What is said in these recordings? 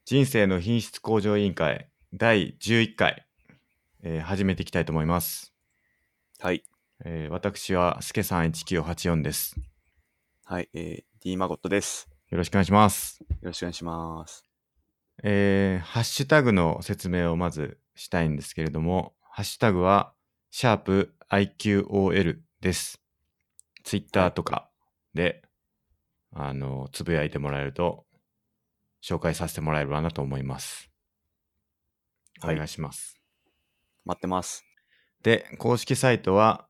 人生の品質向上委員会第11回、始めていきたいと思います。 はい。 私はすけさん1984です。 はい。D マゴットです。 よろしくお願いします。 よろしくお願いします。 ハッシュタグの説明をまずしたいんですけれども、ハッシュタグは#IQOL です。ツイッターとかで、つぶやいてもらえると紹介させてもらえればなと思います。お願いします。 待ってます。 で、公式サイトは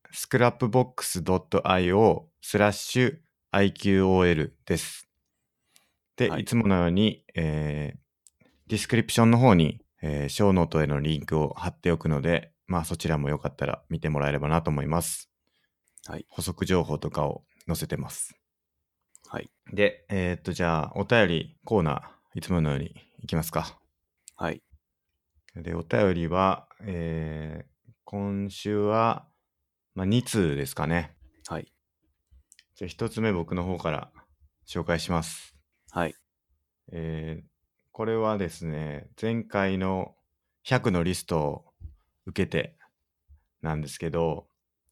scrapbox.io/IQOL です。で、いつものように、ディスクリプションの方に、ショーノートへのリンクを貼っておくので、そちらもよかったら見てもらえればなと思います。 はい。 補足情報とかを載せてます。 はい。 で、じゃあ、お便りコーナー、いつものようにいきますか。 はい。 で、お便りは、今週は、2通ですかね。 はい。 じゃあ1つ目僕の方から紹介します。 はい。 これはですね、前回の100のリストを受けてなんですけど、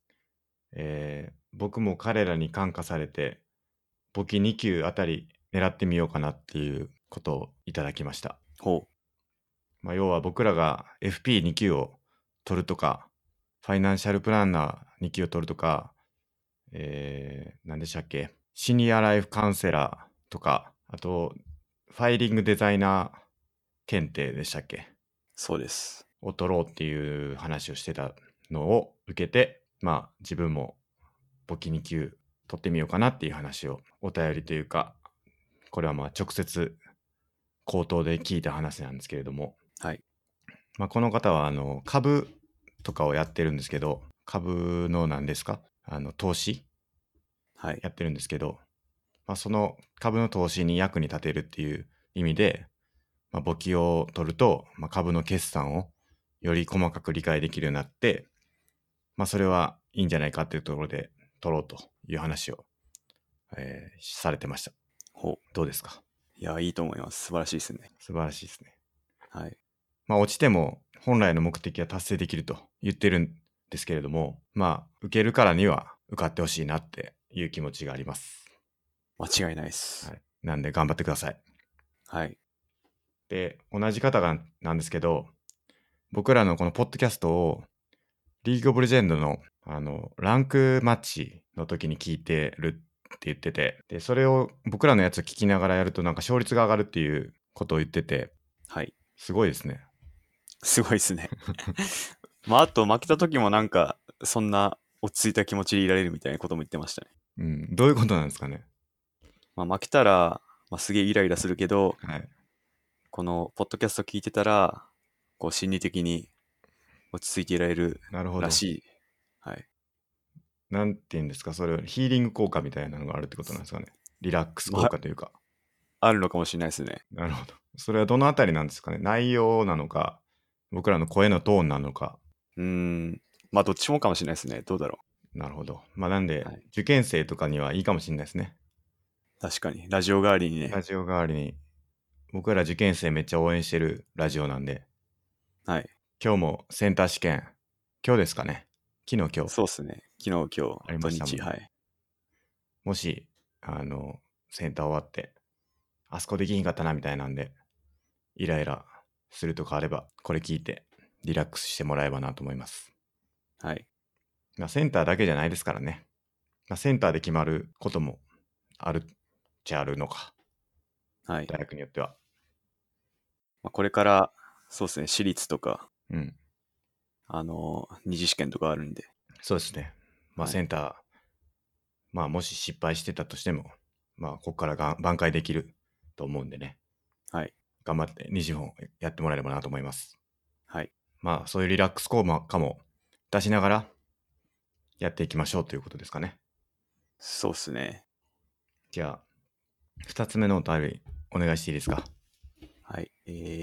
僕も彼らに感化されて、簿記2級あたり狙ってみようかなっていうことをいただきました。 ほ要は僕らが FP2 級を取るとか、ファイナンシャルプランナー2級を取るとか、何でしたっけ、シニアライフカウンセラーとか、あと、ファイリングデザイナー検定でしたっけ、 そうです。 を取ろうっていう話をしてたのを受けて、自分も簿記2級取ってみようかなっていう話をお便りというか、これは直接口頭で聞いた話なんですけれども、 はい。 この方は株とかをやってるんですけど、株の何ですか、投資はい。 やってるんですけど、その株の投資に役に立てるっていう意味で、簿記を取ると、株の決算をより細かく理解できるようになって、それはいいんじゃないかっていうところで取ろうという話を、されてました。 ほどうですか？ う。いや、いいと思います。素晴らしいですね。 素晴らしいですね。 はい。 落ちても本来の目的は達成できると言ってるんですけれども、受けるからには受かってほしいなっていう気持ちがあります。 間違いないです。 はい。なんで頑張ってください。 はい。 で、同じ方がなんですけど、僕らのこのポッドキャストをリーグオブレジェンドのランクマッチの時に聞いてるって言ってて、で、それを僕らのやつを聞きながらやるとなんか勝率が上がるっていうことを言ってて、 はい。 すごいですね。 すごいですね。あと、負けた時もなんか、そんな落ち着いた気持ちでいられるみたいなことも言ってましたね。 うん、どういうことなんですかね。 負けたら、すげえイライラするけど、 はい。 この、ポッドキャスト聞いてたら、こう、心理的に落ち着いていられるなるほど。 らしい。はい。 なんて言うんですか、それはヒーリング効果みたいなのがあるってことなんですかね。リラックス効果というか。 あるのかもしれないですね。 なるほど。それはどのあたりなんですかね。内容なのか、僕らの声のトーンなのか。 どっちもかもしれないですね。どうだろなるほど。なんう。はで、 い。 受験生とかにはいいかもしれないですね。 確かに。ラジオ代わりにね。 ラジオ代わりに、僕ら受験生めっちゃ応援してるラジオなんで、 はい。 今日もセンター試験、今日ですかね。昨日今日そうっすね。昨日、今日、 ありま土日、 したもんね。 はい。 もし、センター終わって、あそこできひんかったなみたいなんで、イライラするとかあれば、これ聞いてリラックスしてもらえばなと思います。 はい。 センターだけじゃないですからね。センターで決まることもあるっちゃあるのか。 はい。 大学によっては。 これから、そうですね。私立とか、 うん。 二次試験とかあるんで。 そうですね。 はい。 センター、もし失敗してたとしても、ここからが挽回できると思うんでね。 はい。 頑張って2次本やってもらえればなと思います。 はい。 そういうリラックス効果も出しながらやっていきましょうということですかね。 そうっすね。 じゃあ、2つ目のお便りお願いしていいですか。 はい。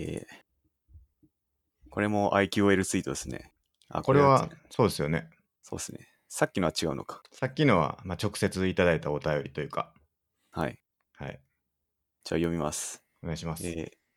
これも IQL ツイートですね。あ、これは、 これはそうですよね。 そうっすね。さっきのは違うのか。 さっきのは、直接いただいたお便りというか、 はい。 はい。 じゃあ読みます。 お願いします。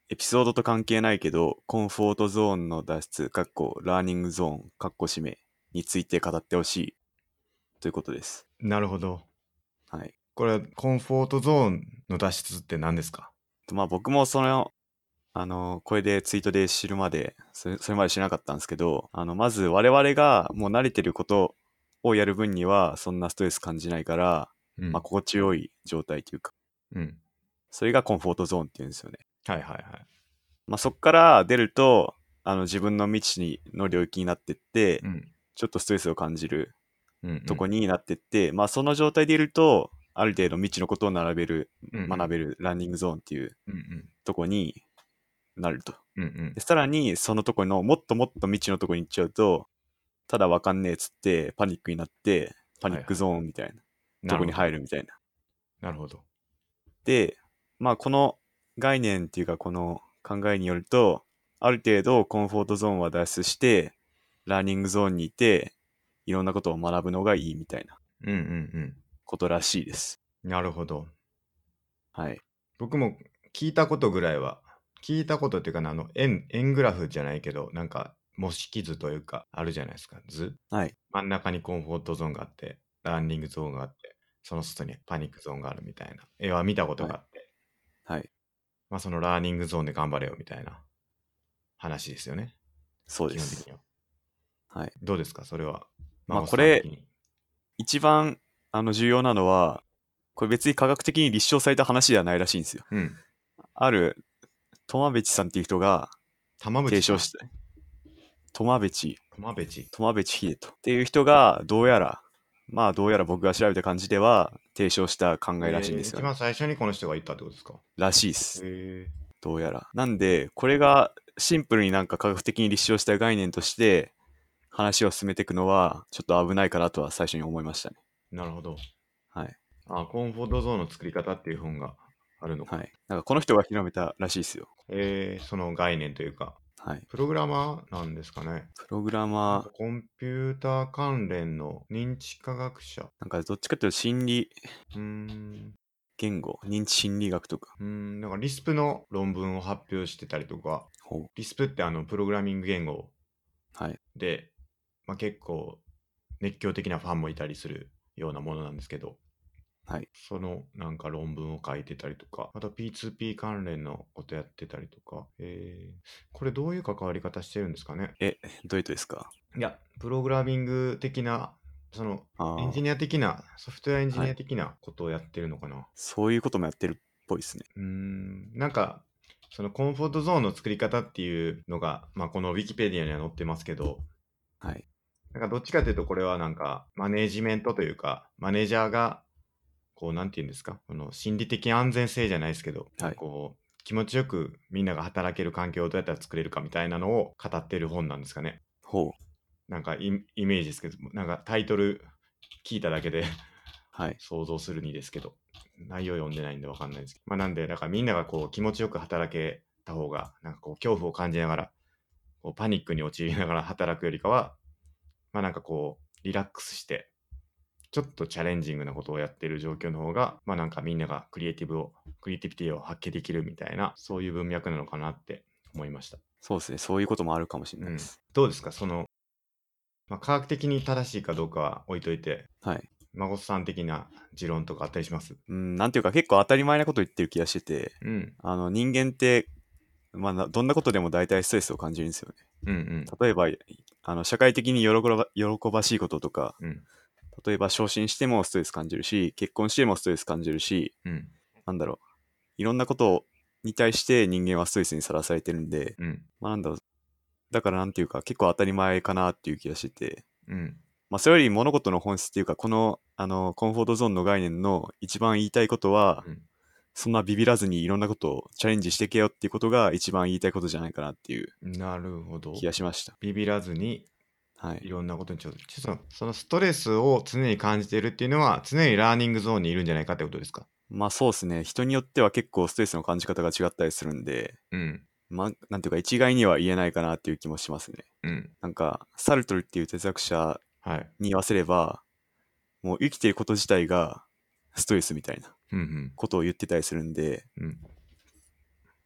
エピソードと関係ないけど、コンフォートゾーンの脱出、ラーニングゾーン、締めについて語ってほしいということです。 なるほど。 はい。 これはコンフォートゾーンの脱出って何ですか？ まあ僕もこれでツイートで知るまで、それまで知らなかったんですけど、まず我々がもう慣れてることをやる分には、そんなストレス感じないから、 うんまあ心地よい状態というか、 うん。 それがコンフォートゾーンっていうんですよね。 はいはいはい。 まあそこから出ると、自分の未知の領域になってって、 うんちょっとストレスを感じるうんうん。 とこになってって、まあその状態でいると、ある程度未知のことを学うんべるランニングゾーンっていううんうんとこになると。 うんうんでさらにそのとこのもっともっと未知のとこに行っちゃうと、ただわかんねえっつってパニックになって、パニックゾーンみたいなとこになるほど。 入るみたいな。 なるほど。 で、まあこの概念っていうかこの考えによると、ある程度コンフォートゾーンは脱出して、ラーニングゾーンにいて、いろんなことを学ぶのがいいみたいなうんうんことらしいです。 うん。なるほど。 はい。 僕も聞いたことぐらいは、聞いたことっていうかな、円グラフじゃないけど、なんか模式図というか、あるじゃないですか。図。 はい。 真ん中にコンフォートゾーンがあって、ランニングゾーンがあって、その外にパニックゾーンがあるみたいな絵は見たことはい。 があって、 はい。 まあそのラーニングゾーンで頑張れよみたいな話ですよね。 そうです。 基本的には。 はい。 どうですかそれは。 まあ孫これ、 さん的に。 一番重要なのは、これ別に科学的に立証された話ではないらしいんですよ。 うん。 ある、トマベチさんっていう人が玉淵さん。 提唱して、トマベチ、 玉淵。 トマベチヒデトっていう人が、どうやら僕が調べた感じでは、提唱した考えらしいんですよね。 一番最初にこの人が言ったってことですか？ らしいっす。 へえ。 どうやら。なんで、これがシンプルになんか科学的に立証した概念として話を進めていくのは、ちょっと危ないかなとは最初に思いましたね。 なるほど。 はい。 あ、コンフォートゾーンの作り方っていう本があるのか。 はい。なんかこの人が広めたらしいですよ。 その概念というか、 はい。 プログラマーなんですかね。 プログラなんかマー、 コンピューター関連の認知科学者。 なんかどっちかっていうと心理うーん。 言語、認知心理学とか。 なんかリスプの論文を発表してたりとか、 ほう。 リスプってプログラミング言語はい。 で、まあ、結構熱狂的なファンもいたりするようなものなんですけど、 はい。 そのなんか論文を書いてたりとか、あと P2P 関連のことやってたりとか、これどういう関わり方してるんですかね？ どういうことですか？ いや、プログラミング的な、そのエンジああニア的な、ソフトウェアエンー、はい。 ジニア的なことをやってるのかな？ そういうこともやってるっぽいですね。 なんか、そのコンフォートゾーンの作り方っていうのが、まあ、このウィキペディアには載ってますけど、 はい。 なんかどっちかというとこれはなんかマネージメントというか、マネージャーがこう、なんて言うんですか、この心理的安全性じゃないですけど、 はい。 こう、気持ちよくみんなが働ける環境をどうやったら作れるかみたいなのを語ってる本なんですかね。 ほう。 なんかイメージですけど、なんかタイトル聞いただけではい。 想像するにですけど、内容読んでないんでわかんないですけど、まあなんで、だからみんながこう気持ちよく働けた方が、なんかこう恐怖を感じながら、こうパニックに陥りながら働くよりかは、まあなんかこう、リラックスして、ちょっとチャレンジングなことをやってる状況の方が、まあなんかみんながクリエイティビティを発揮できるみたいな、そういう文脈なのかなって思いました。 そうですね。そういうこともあるかもしれうん。 ないです。 どうですかまあ、科学的に正しいかどうかは置いといて、 はい。 孫さん的な持論とかあったりします？ うん、なんていうか結構当たり前なこと言ってる気がしてて、 うん。 人間って、どんなことでも大体ストレスを感じるんですよね。 うんうん。 例えば、社会的に喜ばしいこととか、 うん。 例えば昇進してもストレス感じるし、結婚してもストレス感じるし、 うん。 なんだろう、いろんなことに対して人間はストレスにさらされてるんで、 うん。 なんだろう、だからなんていうか結構当たり前かなっていう気がしてて、 うん。 それより物事の本質っていうか、この、コンフォートゾーンの概念の一番言いたいことは、 うん。 そんなビビらずにいろんなことをチャレンジしていけよっていうことが一番言いたいことじゃないかなっていうなるほど。 気がしました。 ビビらずにはい。 いろんなことにそのストレスを常に感じているっていうのは常にラーニングゾーンにいるんじゃないかってことですか？ そうですね。人によっては結構ストレスの感じ方が違ったりするんで、 うん。 なんていうか一概には言えないかなっていう気もしますね。 うん。 なんか、サルトルっていう哲学者はい。 に言わせれば、もう生きていること自体がストレスみたいなうんことを言ってたりするんで、 うん。うん。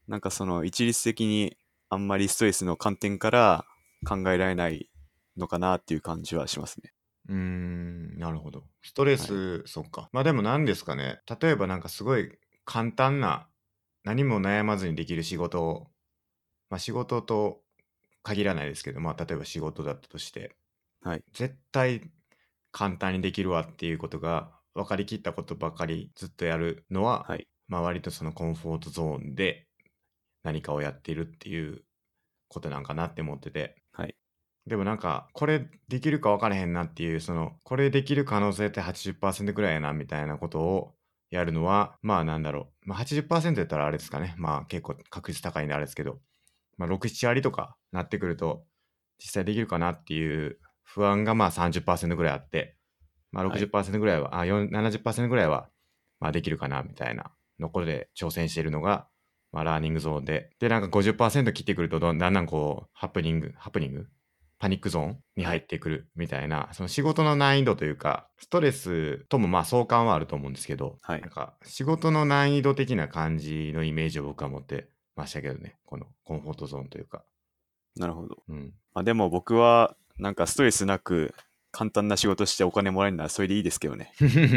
なんかその一律的にあんまりストレスの観点から考えられないのかなっていう感じはしますね。 なるほど。ストレはい。 ス、そっか。まあでも何ですかね。例えばなんかすごい簡単な、何も悩まずにできる仕事を、まあ仕事と限らないですけど、まあ例えば仕事だったとして、 はい。 絶対簡単にできるわっていうことが分かりきったことばかりずっとやるのは、 はい。 まあ割とそのコンフォートゾーンで何かをやっているっていうことなんかなって思ってて。 はい。 でもなんか、これできるか分からへんなっていう、これできる可能性って80%ぐらいやなみたいなことをやるのは、まあなんだろう。まあ80%やったらあれですかね。まあ結構確率高いんであれですけど、まあ6、7割とかなってくると、実際できるかなっていう不安がまあ30%ぐらいあって、まあはい。 60%ぐらいは、70%ぐらいは、まあできるかなみたいなのころで挑戦しているのが、まあラーニングゾーンで、でなんか50%切ってくるとだんだんこう、ハプニングパニックゾーンにはい。 入ってくるみたいな、その仕事の難易度というか、ストレスともまあ相関はあると思うんですけど、 はい。 なんか仕事の難易度的な感じのイメージを僕は持ってましたけどね、このコンフォートゾーンというか。 なるほど。 うん。 まあ、でも僕はなんかストレスなく簡単な仕事してお金もらえるならそれでいいですけどね。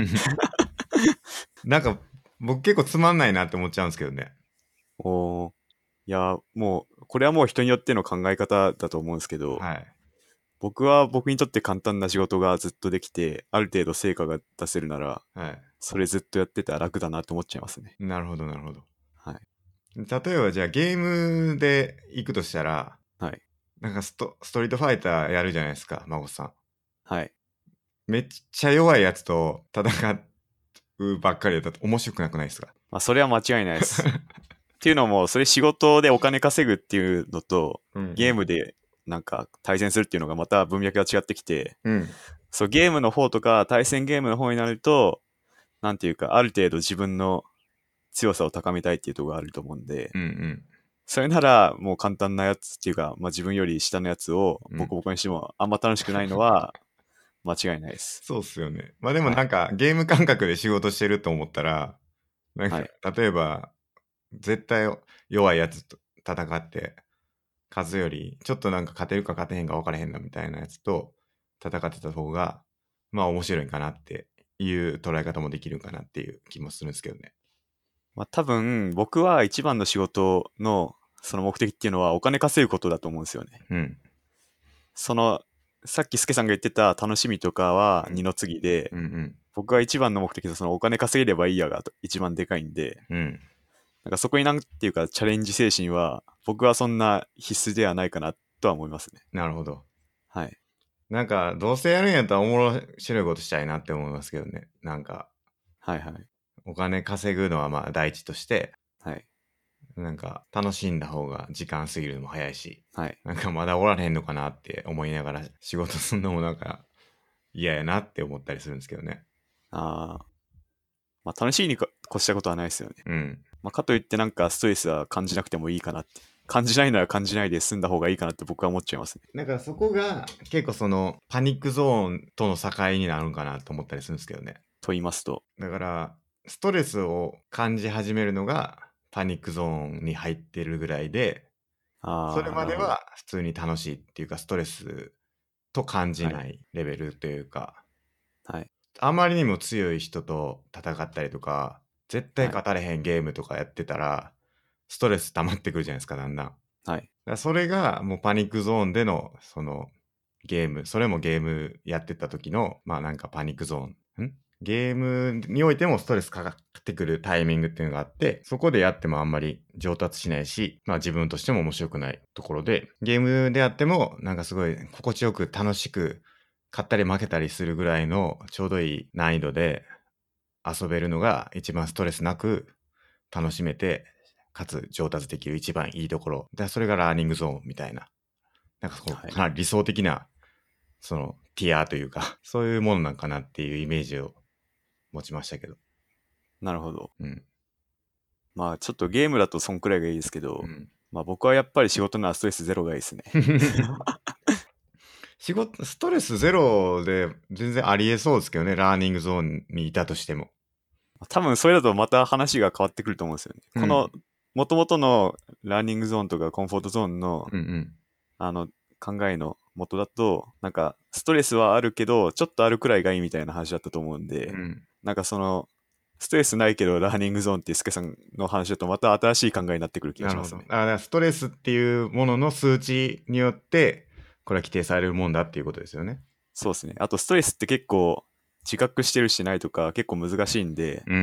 なんか僕結構つまんないなって思っちゃうんですけどね。 おー、いや、もう、これはもう人によっての考え方だと思うんですけど、 はい。 僕は僕にとって簡単な仕事がずっとできて、ある程度成果が出せるなら、 はい。 それずっとやってたら楽だなって思っちゃいますね。 なるほど、なるほど。 はい。 例えばじゃあゲームで行くとしたら、 はい。 なんかストリートファイターやるじゃないですか、孫さん。 はい。 めっちゃ弱いやつと戦うばっかりだと面白くなくないですか？ まあ、それは間違いないです。っていうのも、それ仕事でお金稼ぐっていうのと、 うんうん。 ゲームでなんか対戦するっていうのがまた文脈が違ってきて、 うん。 そう、ゲームの方とか対戦ゲームの方になると、なんていうか、ある程度自分の強さを高めたいっていうところがあると思うんで、 うんうん。 それならもう簡単なやつっていうか、まあ自分より下のやつをうん。 ボコボコにしてもあんま楽しくないのは間違いないです。 そうっすよね。まあでもはい。 なんかゲーム感覚で仕事してると思ったら、なんかはい。 例えば絶対弱いやつと戦って、数よりちょっとなんか勝てるか勝てへんか分からへんなみたいなやつと戦ってた方が、まあ面白いかなっていう捉え方もできるかなっていう気もするんですけどね。 まあ多分僕は一番の仕事のその目的っていうのはお金稼ぐことだと思うんですよね。 うん。 その、さっきスケさんが言ってた楽しみとかは二の次で、 うんうん。 僕は一番の目的はそのお金稼げればいいやが一番でかいんで、 うん。 なんかそこになんていうかチャレンジ精神は僕はそんな必須ではないかなとは思いますね。 なるほど。 はい。 なんかどうせやるんやったら面白いことしたいなって思いますけどね。なんかはいはい。 お金稼ぐのはまあ第一として、 はい。 なんか楽しんだ方が時間過ぎるのも早いし、 はい。 なんかまだおられへんのかなって思いながら仕事するのもなんか嫌やなって思ったりするんですけどね。 ああ、まあ楽しいに越したことはないですよね。 うん。 まあかといってなんかストレスは感じなくてもいいかなって。感じないなら感じないで済んだ方がいいかなって僕は思っちゃいますね。 だからそこが結構そのパニックゾーンとの境になるんかなと思ったりするんですけどね。 と言いますと。 だからストレスを感じ始めるのがパニックゾーンに入ってるぐらいで、それああ、なるほど。 までは普通に楽しいっていうかストレスと感じはい。 ないレベルというか、 はい。 あまりにも強い人と戦ったりとか、絶対はい。 勝たれへんゲームとかやってたら、ストレス溜まってくるじゃないですか、だんだん。だかはい。 らそれがもうパニックゾーンでの、そのゲーム、それもゲームやってた時の、まあなんかパニックゾーン、ゲームにおいてもストレスかかってくるタイミングっていうのがあって、そこでやってもあんまり上達しないし、まあ自分としても面白くないところで、ゲームであってもなんかすごい心地よく楽しく勝ったり負けたりするぐらいのちょうどいい難易度で遊べるのが一番ストレスなく楽しめて、かつ上達できる一番いいところ。で、それがラーニングゾーンみたいな。なんかこう、 はい。 かなり理想的な、その、ティアというか、そういうものなんかなっていうイメージを持ちましたけど。 なるほど。 うん。 まあちょっとゲームだとそんくらいがいいですけど、 うん。 まあ僕はやっぱり仕事ならストレスゼロがいいですね。 仕事、ストレスゼロで全然ありえそうですけどね、ラーニングゾーンにいたとしても。 多分それだとまた話が変わってくると思うんですよね。 うん。 もともとのランニングゾーンとかコンフォートゾーンの、 うんあの、考えの元だと、なんか、ストレスはあるけど、ちょっとあるくらいがいいみたいな話だったと思うんうん。 で、 うん。 なんかその、ストレスないけどランニングゾーンっていうスケさんの話だとまた新しい考えになってくる気がなるほど。 しますね。 だからストレスっていうものの数値によって、これは規定されるもんだっていうことですよね。 そうですね。あとストレスって結構自覚してるしないとか結構難しいんで、 うん。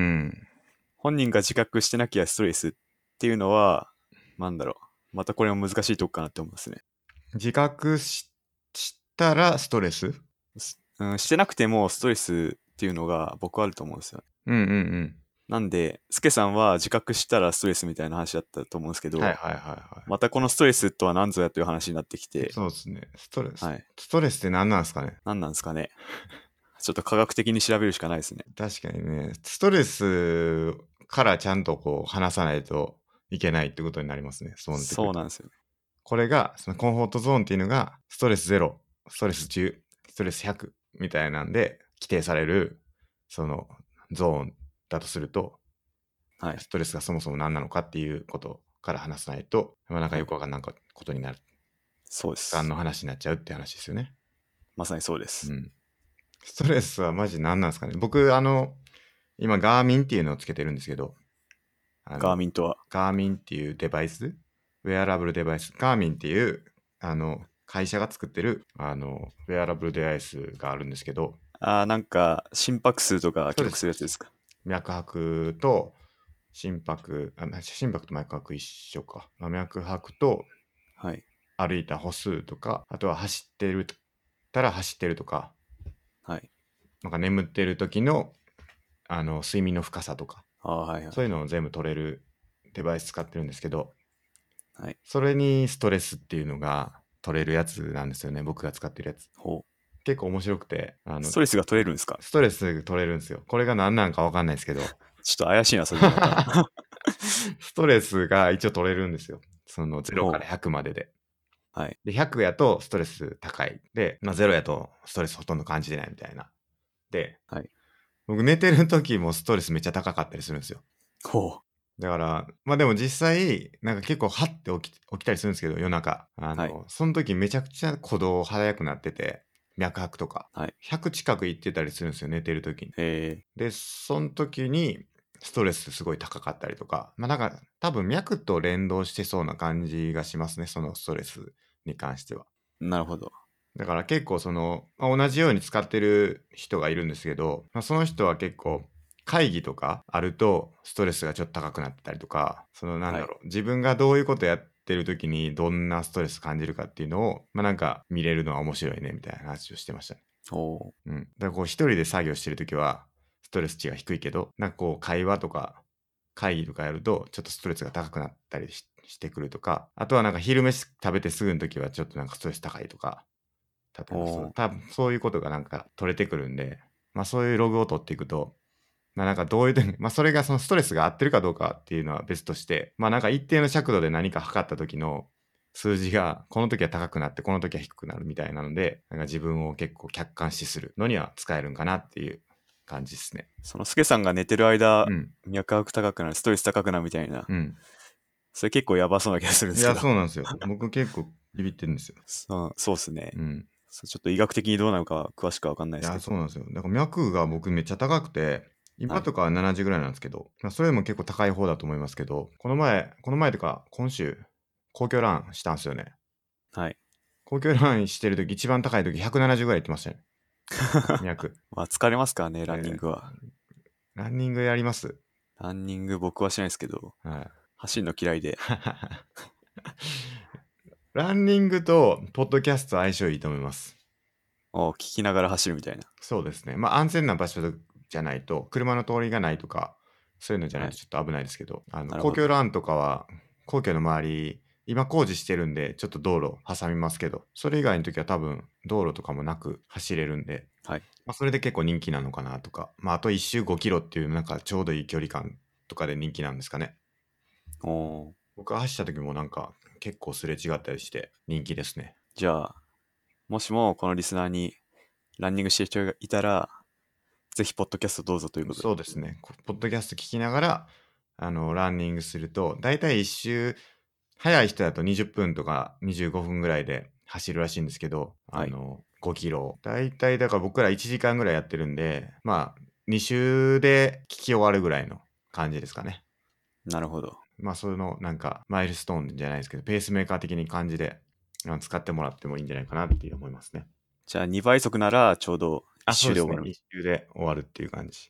本人が自覚してなきゃストレスっていうのは、なんだろう。またこれも難しいとこかなって思いますね。 自覚したらストレス。 してなくてもストレスっていうのが僕はあると思うんですよ。 うんうんうん。 なんで、スケさんは自覚したらストレスみたいな話だったと思うんですけど、 はいはいはいはまたこのストレスとは何ぞやという話になってきい。 て、 そうですね。ストレス。 はい。 ストレスって何なんですかね。 何なんですかね。ちょっと科学的に調べるしかないですね。 確かにね、ストレスからちゃんとこう話さないといけないってことになりますね。そうなってくると。 そうなんですよね。 これが、そのコンフォートゾーンっていうのが、ストレス0、ストレス10、ストレス100みたいなんで規定される、そのゾーンだとすると、 はい。 ストレスがそもそも何なのかっていうことから話さないと、なんかはい。 よくわかんないことになる。 そうです。 ガンの話になっちゃうって話ですよね。 まさにそうです。 うん。ストレスはマジ何なんですかね。僕、今、ガーミンっていうのをつけてるんですけど、 ガーミンとは。 ガーミンっていうデバイス、ウェアラブルデバイス、ガーミンっていう、会社が作ってる、ウェアラブルデバイスがあるんですけど、 なんか、心拍数とか記録そうです。 するやつですか。 脈拍と心拍と脈拍一緒か。脈拍とはい。 歩いた歩数とか、あとは走ってるとか、 はい。 なんか眠ってる時の、睡眠の深さとか、 はいはい。 そういうのを全部取れるデバイス使ってるんですけど、 はい。 それにストレスっていうのが取れるやつなんですよね。僕が使ってるやつ。 ほう。 結構面白くて、 ストレスが取れるんですか？ ストレス取れるんですよ。これが何なんかわかんないですけど、 ちょっと怪しいな、それでまた。 ストレスが一応取れるんですよ。その0からほう。 100までで。 はい。 で、100やとストレス高い。で、0やとストレスほとんど感じてないみたいな。で、 はい。 僕寝てる時もストレスめっちゃ高かったりするんですよ。 ほだから、まあでも実際、なんか結構ハッて起きたりするんですけど、夜中。 う。はい。 その時めちゃくちゃ鼓動早くなってて、脈拍とか。 はい。 100近くいってたりするんですよ、寝てる時に。 えで、その時にストレスすごい高かったりとか、まあなんか多分脈と連動してそうな感じがしますね、そのストレスに関しては。 なるほど。 だから結構同じように使ってる人がいるんですけど、その人は結構会議とかあるとストレスがちょっと高くなったりとか、なんはい。 だろう、自分がどういうことやってる時にどんなストレス感じるかっていうのを、なんか見れるのは面白いねみたいな話をしてましたね。 ほうん。だからこう一人で作業してる時はストレス値が低いけど、なんかこう会話とか会議とかやるとちょっとストレスが高くなったりしてくるとか、あとはなんか昼飯食べてすぐの時はちょっとなんかストレス高いとか、例えばほ多分そういうことがなんか取れてくるんで、そういうログを取っていくと、なんかどういう時に、それがそのストレスが合ってるかどうかっていうのは別として、なんか一定の尺度で何か測った時の数字がこの時は高くなってこの時は低くなるみたいなので、なんか自分を結構客観視するのには使えるんかなっていう感じですね。 そのスケさんが寝てる間、 うん。 脈拍高くなる、ストレス高くなるみたいな。 うん。 それ結構やばそうな気がするんでいや、 すけど。 そうなんですよ。僕結構ビビってるんですよ。 そうっすね。 うん。 ちょっと医学的にどうなのか詳しくは分かんないいや、 ですけど。 そうなんですよ。だから脈が僕めっちゃ高くて、 はい。 今とかは70ぐらいなんですけど、それでも結構高い方だと思いますけど、この前とか今週、公共ランしたんですよね。 はい。 公共ランしてる時、一番高い時170ぐらい行ってましたね。脈。 まあ疲れますからね、ランニンえグは。 ランニングやります？ ランニング僕はしないですけど、 はい。 走るの嫌いで。 ランニングとポッドキャスト相性いいと思います。 聞きながら走るみたいな。 そうですね。安全な場所じゃないと、車の通りがないとか、そういうのじゃないはい。 とちょっと危ないですけど、 なるほど。 公共ランとかは、皇居の周り、今工事してるんで、ちょっと道路挟みますけど、それ以外の時は多分道路とかもなく走れるんで、 はい。 それで結構人気なのかなとか、あと1周5キロっていうなんかちょうどいい距離感とかで人気なんですかね。 おー。 僕が走った時もなんか結構すれ違ったりして人気ですね。 じゃあ、もしもこのリスナーにランニングしてる人がいたら、ぜひポッドキャストどうぞということで。 そうですね。ポッドキャスト聞きながら、 ランニングすると、だいたい1周、早い人だと20分とか25分ぐらいで走るらしいんですけど、 はい 5キロ。だいたいだから僕ら1時間ぐらいやってるんで、まあ、2周で聞き終わるぐらいの感じですかね。 なるほど。 まあ、そのなんか、マイルストーンじゃないですけど、ペースメーカー的に感じで、使ってもらってもいいんじゃないかなって思いますね。 じゃあ2倍速ならちょうど1 そうですね。 周で終わる。 1周で終わるっていう感じ。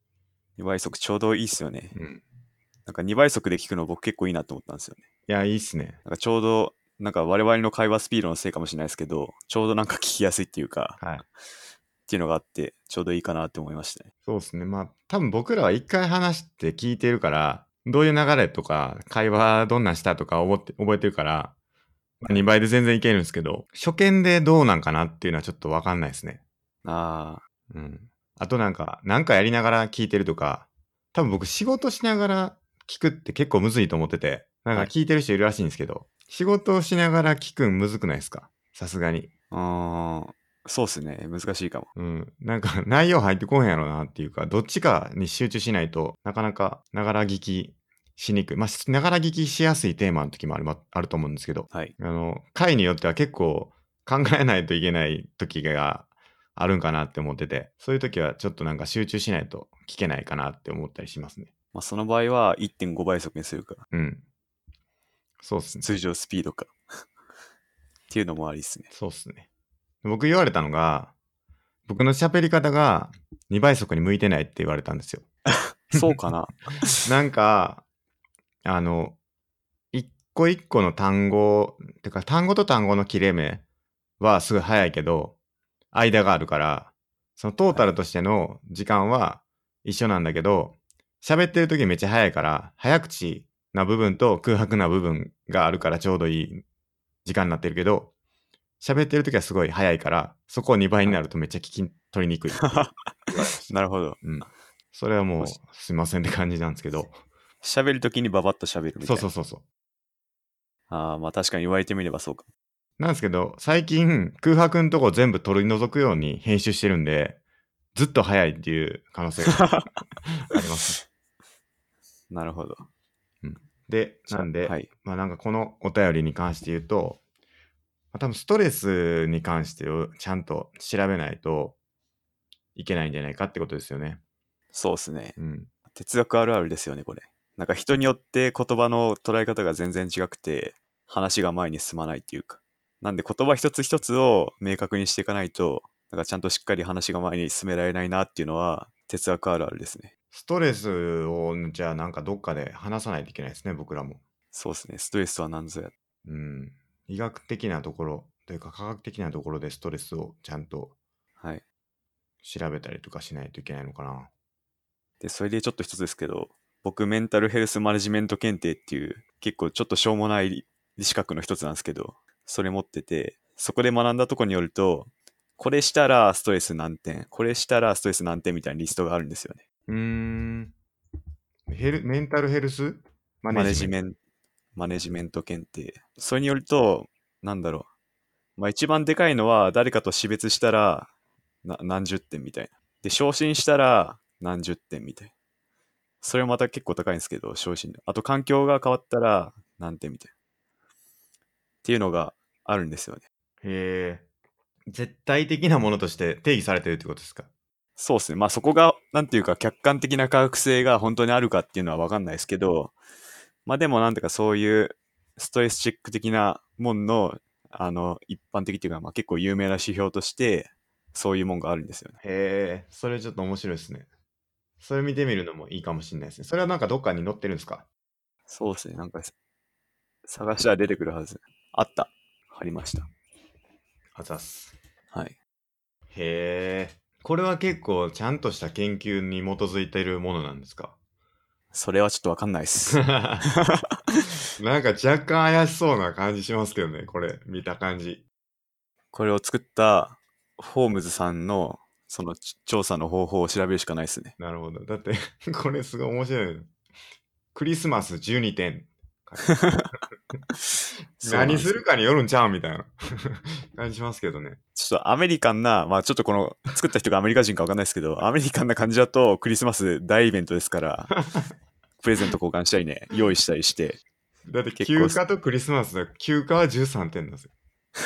2倍速ちょうどいいっすよね。 うん。 なんか2倍速で聞くの僕結構いいなと思ったんですよね。 いや、いいっすね。 なんかちょうど、なんか我々の会話スピードのせいかもしれないですけど、ちょうどなんか聞きやすいっていうか、 はい。 っていうのがあって、ちょうどいいかなって思いましたね。 そうですね。まあ、多分僕らは一回話して聞いてるから、どういう流れとか、会話どんなんしたとか覚えてるから、まあ、2倍で全然いけるんですけど、初見でどうなんかなっていうのはちょっとわかんないですね。 ああ、 うん。あとなんかやりながら聞いてるとか、多分僕仕事しながら聞くって結構むずいと思ってて、なんかはい。 聞いてる人いるらしいんですけど、仕事をしながら聞くんむずくないですか？さすがに。 そうっすね。難しいかも。 うん。なんか内容入ってこへんやろなっていうか、どっちかに集中しないとなかなかながら聞きしにくい。まあ、ながら聞きしやすいテーマの時もあると思うんですけど、 はい。 回によっては結構考えないといけない時があるんかなって思ってて、そういう時はちょっとなんか集中しないと聞けないかなって思ったりしますね。 まあその場合は1.5倍速にするか、 うん。そうっすね。 通常スピードかっていうのもありっすね。 そうっすね。僕言われたのが、僕の喋り方が2倍速に向いてないって言われたんですよ。 そうかな。 なんか、あの、一個一個の単語、てか単語と単語の切れ目はすごい早いけど、間があるから、そのトーはい。 タルとしての時間は一緒なんだけど、喋ってる時めっちゃ早いから、早口な部分と空白な部分があるからちょうどいい時間になってるけど、喋ってる時はすごい早いから、そこを2倍にはい。 なるとめっちゃ聞き取りにくいって言われました。 なるほど。 うん。それはもうすいませんって感じなんですけど。 喋るときにババッと喋るみたいな。 そうそうそうそう。 ああ、まあ確かに言われてみればそうか。 なんですけど、最近空白のとこ全部取り除くように編集してるんで、ずっと早いっていう可能性がありますね。 なるほど。 うん、で、なんで、 はい。 まあなんかこのお便りに関して言うと、まあ、多分ストレスに関してをちゃんと調べないといけないんじゃないかってことですよね。 そうっすね。 うん。 哲学あるあるですよね、これ。なんか人によって言葉の捉え方が全然違くて、話が前に進まないっていうか。なんで言葉一つ一つを明確にしていかないと、なんかちゃんとしっかり話が前に進められないなっていうのは、哲学あるあるですね。 ストレスをじゃあなんかどっかで話さないといけないですね、僕らも。 そうですね。ストレスとは何ぞや。 うん。医学的なところというか科学的なところでストレスをちゃんとはい。 調べたりとかしないといけないのかな。 で、それでちょっと一つですけど、僕、メンタルヘルスマネジメント検定っていう、結構ちょっとしょうもない資格の一つなんですけど、それ持ってて、そこで学んだとこによると、これしたらストレス何点、これしたらストレス何点みたいなリストがあるんですよね。 うーん。メンタルヘルスマネマネジメント。 ジメント、マネジメント検定。それによると、なんだろう。まあ一番でかいのは誰かと死別したら何十点みたいな。で、昇進したら何十点みたいな。それもまた結構高いんですけど、昇進。あと環境が変わったら何点みたいな。っていうのがあるんですよね。 へえ。絶対的なものとして定義されてるってことですか？ そうですね。まあそこが、なんていうか客観的な科学性が本当にあるかっていうのはわかんないですけど、まあでもなんていうかそういうストレスチェック的なもんの、一般的っていうか、まあ結構有名な指標として、そういうもんがあるんですよね。 へえ、それちょっと面白いですね。それ見てみるのもいいかもしれないですね。それはなんかどっかに載ってるんですか？ そうですね。なんか探したら出てくるはず。あった。貼りました。 あざっす。 はい。 へえ。これは結構ちゃんとした研究に基づいているものなんですか？ それはちょっとわかんないです。 なんか若干怪しそうな感じしますけどね、これ、見た感じ。 これを作ったホームズさんのその調査の方法を調べるしかないですね。 なるほど。だってこれすごい面白いの。クリスマス12点。何すそうなんですよ。 るかによるんちゃうみたいな感じしますけどね。 ちょっとアメリカンな、まあちょっとこの作った人がアメリカ人かわかんないですけど、アメリカンな感じだとクリスマス大イベントですから、 プレゼント交換したりね、用意したりして、 だって結構休暇とクリスマスだ。休暇は13点なんですよ。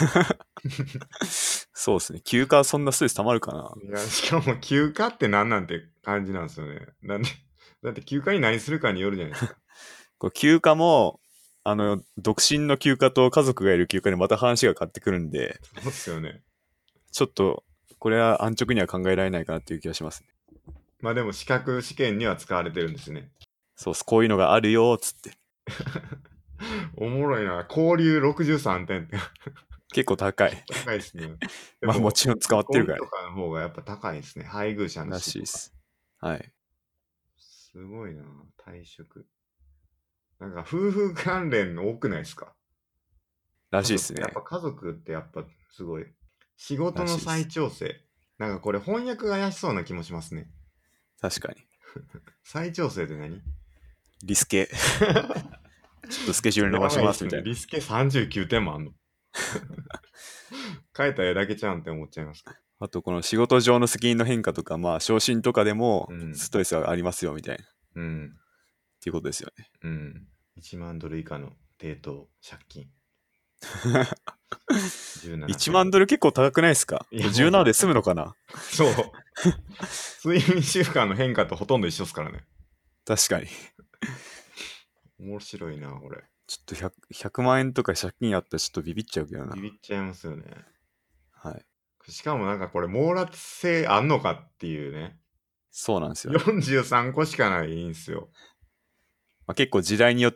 そうですね。休暇はそんなストレス溜まるかな。 いや、しかも休暇って何なんて感じなんですよね。なんで、だって休暇に何するかによるじゃないですか。 こう休暇も、独身の休暇と家族がいる休暇にまた話が変わってくるんで、 そうっすよね。 ちょっと、これは安直には考えられないかなっていう気がしますね。 まあでも資格試験には使われてるんですね。 そうっす、こういうのがあるよ、つって。 おもろいな。交流63点って結構高い。 高いですね。でまあもも、 ちろん捕ま離ってるからね。 婚とかの方がやっぱ高いですね。配偶者のら死とか。 しいです。はい。 すごいな。退職。なんか夫婦関連多くないですか？ ら家族。やっしいですね。 ぱ家族ってやっぱすごい。仕事の再らしいです。 調整。なんかこれ翻訳が怪しそうな気もしますね。 確かに。 再調整って何？ リスケ。ちょっとスケジュール伸やばしばいっすね。 ますみたいな。 リスケ39点もあんの。変えた絵だけちゃうんって思っちゃいますけど。 あと、この仕事上の責任の変化とか、まあ、昇進とかでもうん。 ストレスがありますよみたいな。っうん。 ていうことですよね。 うん。1万ドル以下の抵当借金。17 1 歳。 万ドル結構高くないですか？ いや、 これもう、 17で済むのかな？ そう。睡眠習慣の変化とほとんど一緒ですからね。 確かに。 面白いな、これ。 ちょっと100万円とか借金あったらちょっとビビっちゃうけどな。 ビビっちゃいますよね。 はい。 しかもなんかこれ、網羅性あんのかっていうね。 そうなんですよね。 43個しかないんすよ。 まあ、結構時代によって、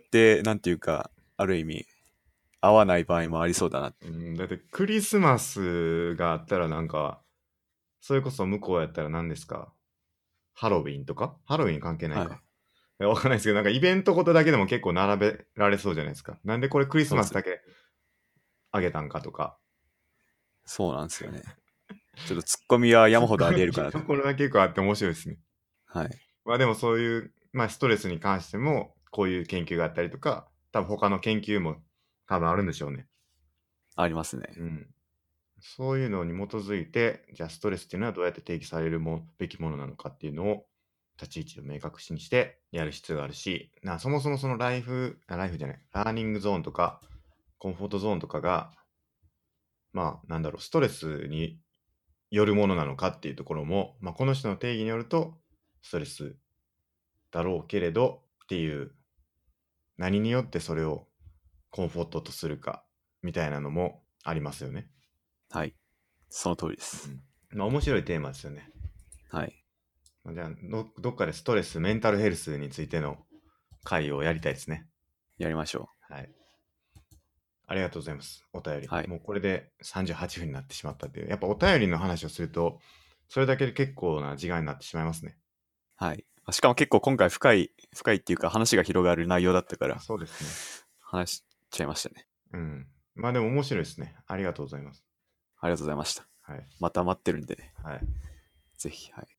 なんていうか、ある意味、合わない場合もありそうだな。 うん、だってクリスマスがあったらなんか、それこそ向こうやったら何ですか？ハロウィンとかハロウィン関係ないはい。 か。いやわかんないですけど、なんかイベントごとだけでも結構並べられそうじゃないですか。なんでこれクリスそうっす。 マスだけあげたんかとか。 そうなんですよね。ちょっとツッコミは山ほどあツッコミり得るかなと。 ところが結構あって面白いですね。 はい。 まあでもそういう、まあストレスに関しても、こういう研究があったりとか、多分他の研究も多分あるんでしょうね。 ありますね。 うん。そういうのに基づいて、じゃあストレスっていうのはどうやって定義されるべきものなのかっていうのを、立ち位置を明確にしてやる必要があるし、そもそもそのライフじゃない、ラーニングゾーンとか、コンフォートゾーンとかが、まあなんだろう、ストレスによるものなのかっていうところも、まあこの人の定義によると、ストレスだろうけれどっていう、何によってそれをコンフォートとするかみたいなのもありますよね。 はい。その通りです。 うん。まあ面白いテーマですよね。 はい。 じゃあどっかでストレス、メンタルヘルスについての回をやりたいですね。 やりましょはい。ありがとうございます。お便り。 う。はい。 もうこれで38分になってしまったっていう。やっぱお便りの話をすると、それだけで結構な時間になってしまいますね。 はい。しかも結構今回深いっていうか話が広がる内容だったから、 そうですね。 話しちゃいましたね。 うん。まあでも面白いですね。ありがとうございます。 ありがとうございました。 はい。 また待ってるんでね。 はい。 ぜひ、はい。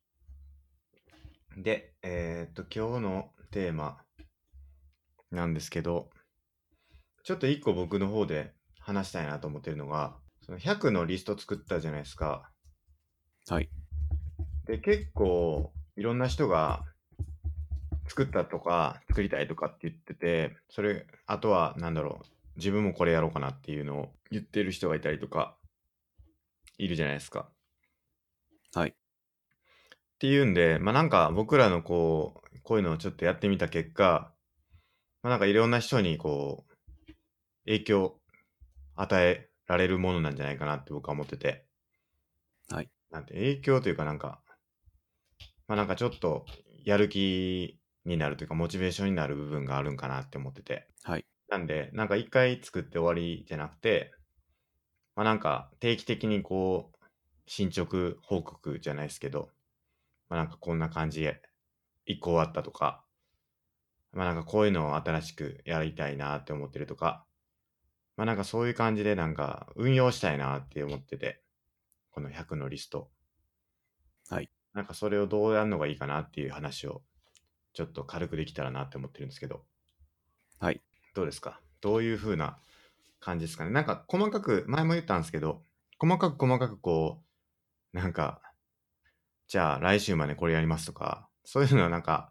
で、今日のテーマなんですけど、ちょっと一個僕の方で話したいなと思ってるのが、その100のリスト作ったじゃないですか。 はい。 で、結構いろんな人が作ったとか作りたいとかって言ってて、あとはなんだろう、自分もこれやろうかなっていうのを言ってる人がいたりとか、いるじゃないですか。 はい。 っていうんで、まあなんか僕らのこういうのをちょっとやってみた結果、まあなんかいろんな人に影響与えられるものなんじゃないかなって僕は思ってて、 はい。 なんて影響というかなんか、まあなんかちょっとやる気になるというかモチベーションになる部分があるんかなって思ってて。 はい。 なんで、なんか一回作って終わりじゃなくて、まあなんか定期的に進捗報告じゃないですけど、まあなんかこんな感じで一個終わったとか、まあなんかこういうのを新しくやりたいなって思ってるとか、まあなんかそういう感じでなんか運用したいなって思ってて、この100のリスト。 はい。 なんかそれをどうやるのがいいかなっていう話をちょっと軽くできたらなって思ってるんですけど、 はい。 どうですか？どういう風な感じですかね？なんか細かく、前も言ったんですけど、細かくなんか、じゃあ来週までこれやりますとか、そういうのはなんか、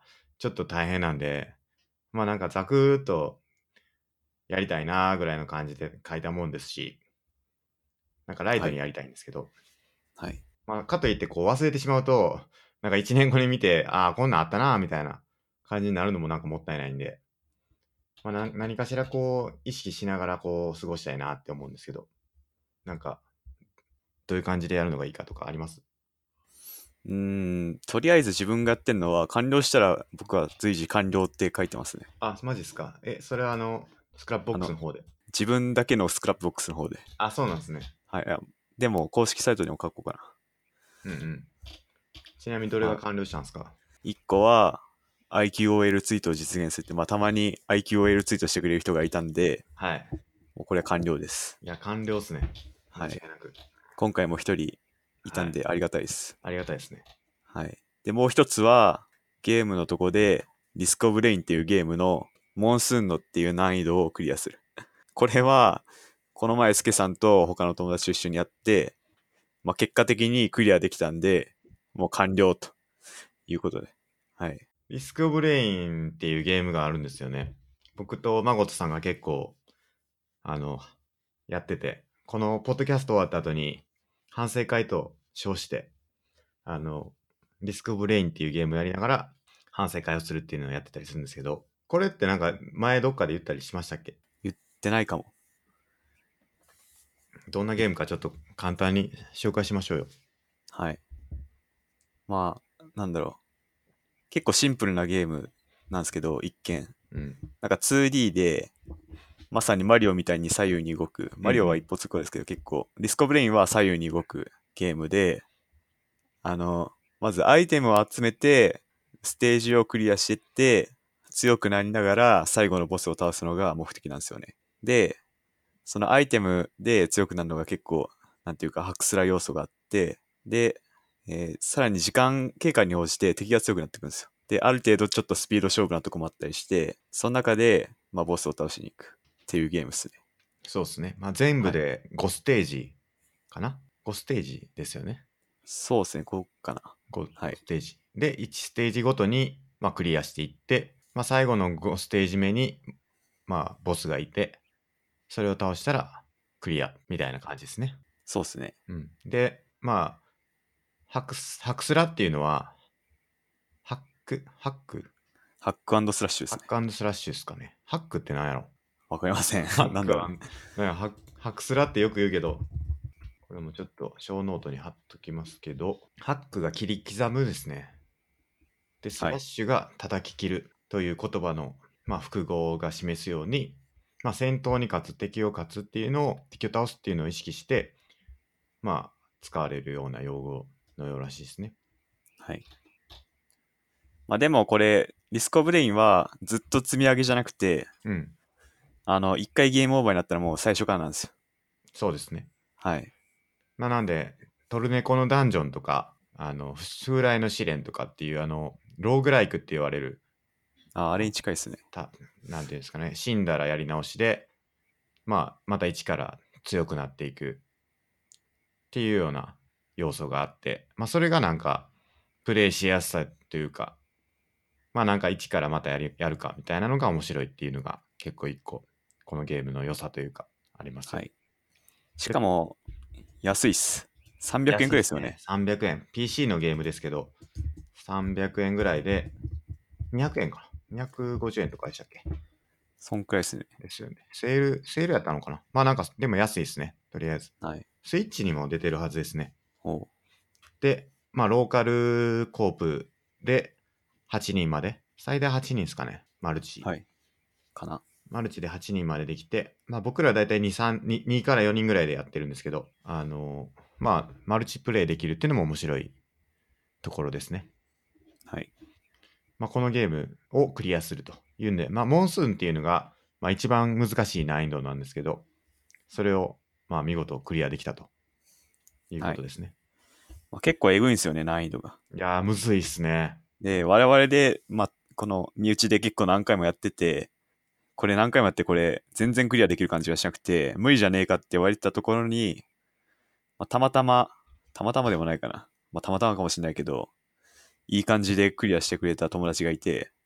ちょっと大変なんで、まあなんかざくーっとやりたいなーぐらいの感じで書いたもんですし、なんかライはい。 トにやりたいんですけど、 はい。 まあかといってこう忘れてしまうと、なんか1年後に見て、ああ、こんなんあったなーみたいな感じになるのもなんかもったいないんで、まあ何かしらこう意識しながらこう過ごしたいなって思うんですけど、なんかどういう感じでやるのがいいかとかあります？ とりあえず自分がやってるのは、完了したら僕は随時完了って書いてますね。 あ、マジっすか。それはスクラップボックスあの、 の方で。 自分だけのスクラップボックスの方で。 あ、そうなんですね。 はい。でも、公式サイトにも書こうかうんうん。ちなみにどれな。まあ、 が完了したんですか？ 1個は、IQOL ツイートを実現するって、まあ、たまに IQOL ツイートしてくれる人がいたんで、 はい。 もうこれは完了です。 いや、完了っすね。間はい。 違いなく。 今回も一人いたはい。 んでありがたいです。 ありがたいですね。 はい。で、もう一つは、ゲームのとこで、リスクオブレインっていうゲームの、モンスーンのっていう難易度をクリアする。これは、この前、スケさんと他の友達と一緒にやって、まあ、結果的にクリアできたんで、もう完了ということで。はい。 リスクオブレインっていうゲームがあるんですよね。僕とマゴトさんが結構、あの、やってて、このポッドキャスト終わった後に、反省会と称して、あの、リスクオブレインっていうゲームをやりながら、反省会をするっていうのをやってたりするんですけど、これってなんか前どっかで言ったりしましたっけ？ 言ってないかも。 どんなゲームかちょっと簡単に紹介しましょうよ。 はい。まあ、なんだろう。結構シンプルなゲームなんですけど、一見。 うん。 なんか 2D で、まさにマリオみたいに左右に動く。 うんうん。 マリオは一歩通行ですけど、結構、ディスコブレインは左右に動くゲームで、あの、まずアイテムを集めて、ステージをクリアしていって、強くなりながら最後のボスを倒すのが目的なんですよね。で、そのアイテムで強くなるのが結構、なんていうか、ハクスラ要素があって、で、さらに時間経過に応じて敵が強くなってくるんですよ。で、ある程度ちょっとスピード勝負なとこもあったりして、その中で、まあ、ボスを倒しに行くっていうゲームですね。 そうですね。まあ、全部はい。 で5ステージかな？ 5 ステージですよね。 そうですね、こうかな。 5 はい。 ステージ。で、1ステージごとに、まあ、クリアしていって、まあ、最後の5ステージ目に、まあ、ボスがいて、それを倒したらクリアみたいな感じですね。 そうですね。 うん。で、まあ、ハクスラっていうのは、ハックハックスラッシュですね。 ハックスラッシュですかね。ハックって何やろ？ わかりません。 ハックは、 なんだろう。 ハクスラってよく言うけど、これもちょっと小ノートに貼っときますけど、ハックが切り刻むですね。で、スはい。 ラッシュが叩き切るという言葉の、まあ、複合が示すように、まあ、戦闘に勝つ、敵を勝つっていうのを、敵を倒すっていうのを意識して、まあ、使われるような用語のようらしいですね。 はい。まあでもこれ、リスコブレインはずっと積み上げじゃなくて、 うん。 一回ゲームオーバーになったらもう最初からなんですよ。 そうですね。 はい。 まあ、なんで、トルネコのダンジョンとか、風来の試練とかっていう、ローグライクって言われる、 あれに近いですね。 たなんていうんですかね、死んだらやり直しで、まあ、また一から強くなっていくっていうような要素があって、まあ、それがなんか、プレイしやすさというか、まあなんか一からまたやるかみたいなのが面白いっていうのが結構一個、このゲームの良さというか、ありますよね。 はい。しで、 かも、安いっす。300円安いですね。 くらいですよね。 300円。PC のゲームですけど、300円ぐらいで、200円かな？ 250 円とかでしたっけ？ そんくらいですね。 ですよね。セールやったのかな？まあなんか、でも安いですね。とりあえず。 はい。 スイッチにも出てるはずですね。 おう。 で、まあローカルコープで8人まで、最大8人ですかね。マルチ。 はい。かな。 マルチで8人までできて、まあ僕らはだいたい2から4人ぐらいでやってるんですけど、まあマルチプレイできるっていうのも面白いところですね。 はい。 まあこのゲームをクリアするというんで、まあモンスーンっていうのが、まあ一番難しい難易度なんですけど、それをまあ見事クリアできたというこはい。 とですね。 まあ、結構えぐいんですよね、難易度が。 いやー、むずいっすね。 で、我々で、まあ、この身内で結構何回もやってて、これ何回もやってこれ全然クリアできる感じがしなくて、無理じゃねえかって言われてたところに、まあ、たまたまでもないかな。まあ、たまたまかもしれないけど、いい感じでクリアしてくれた友達がいて、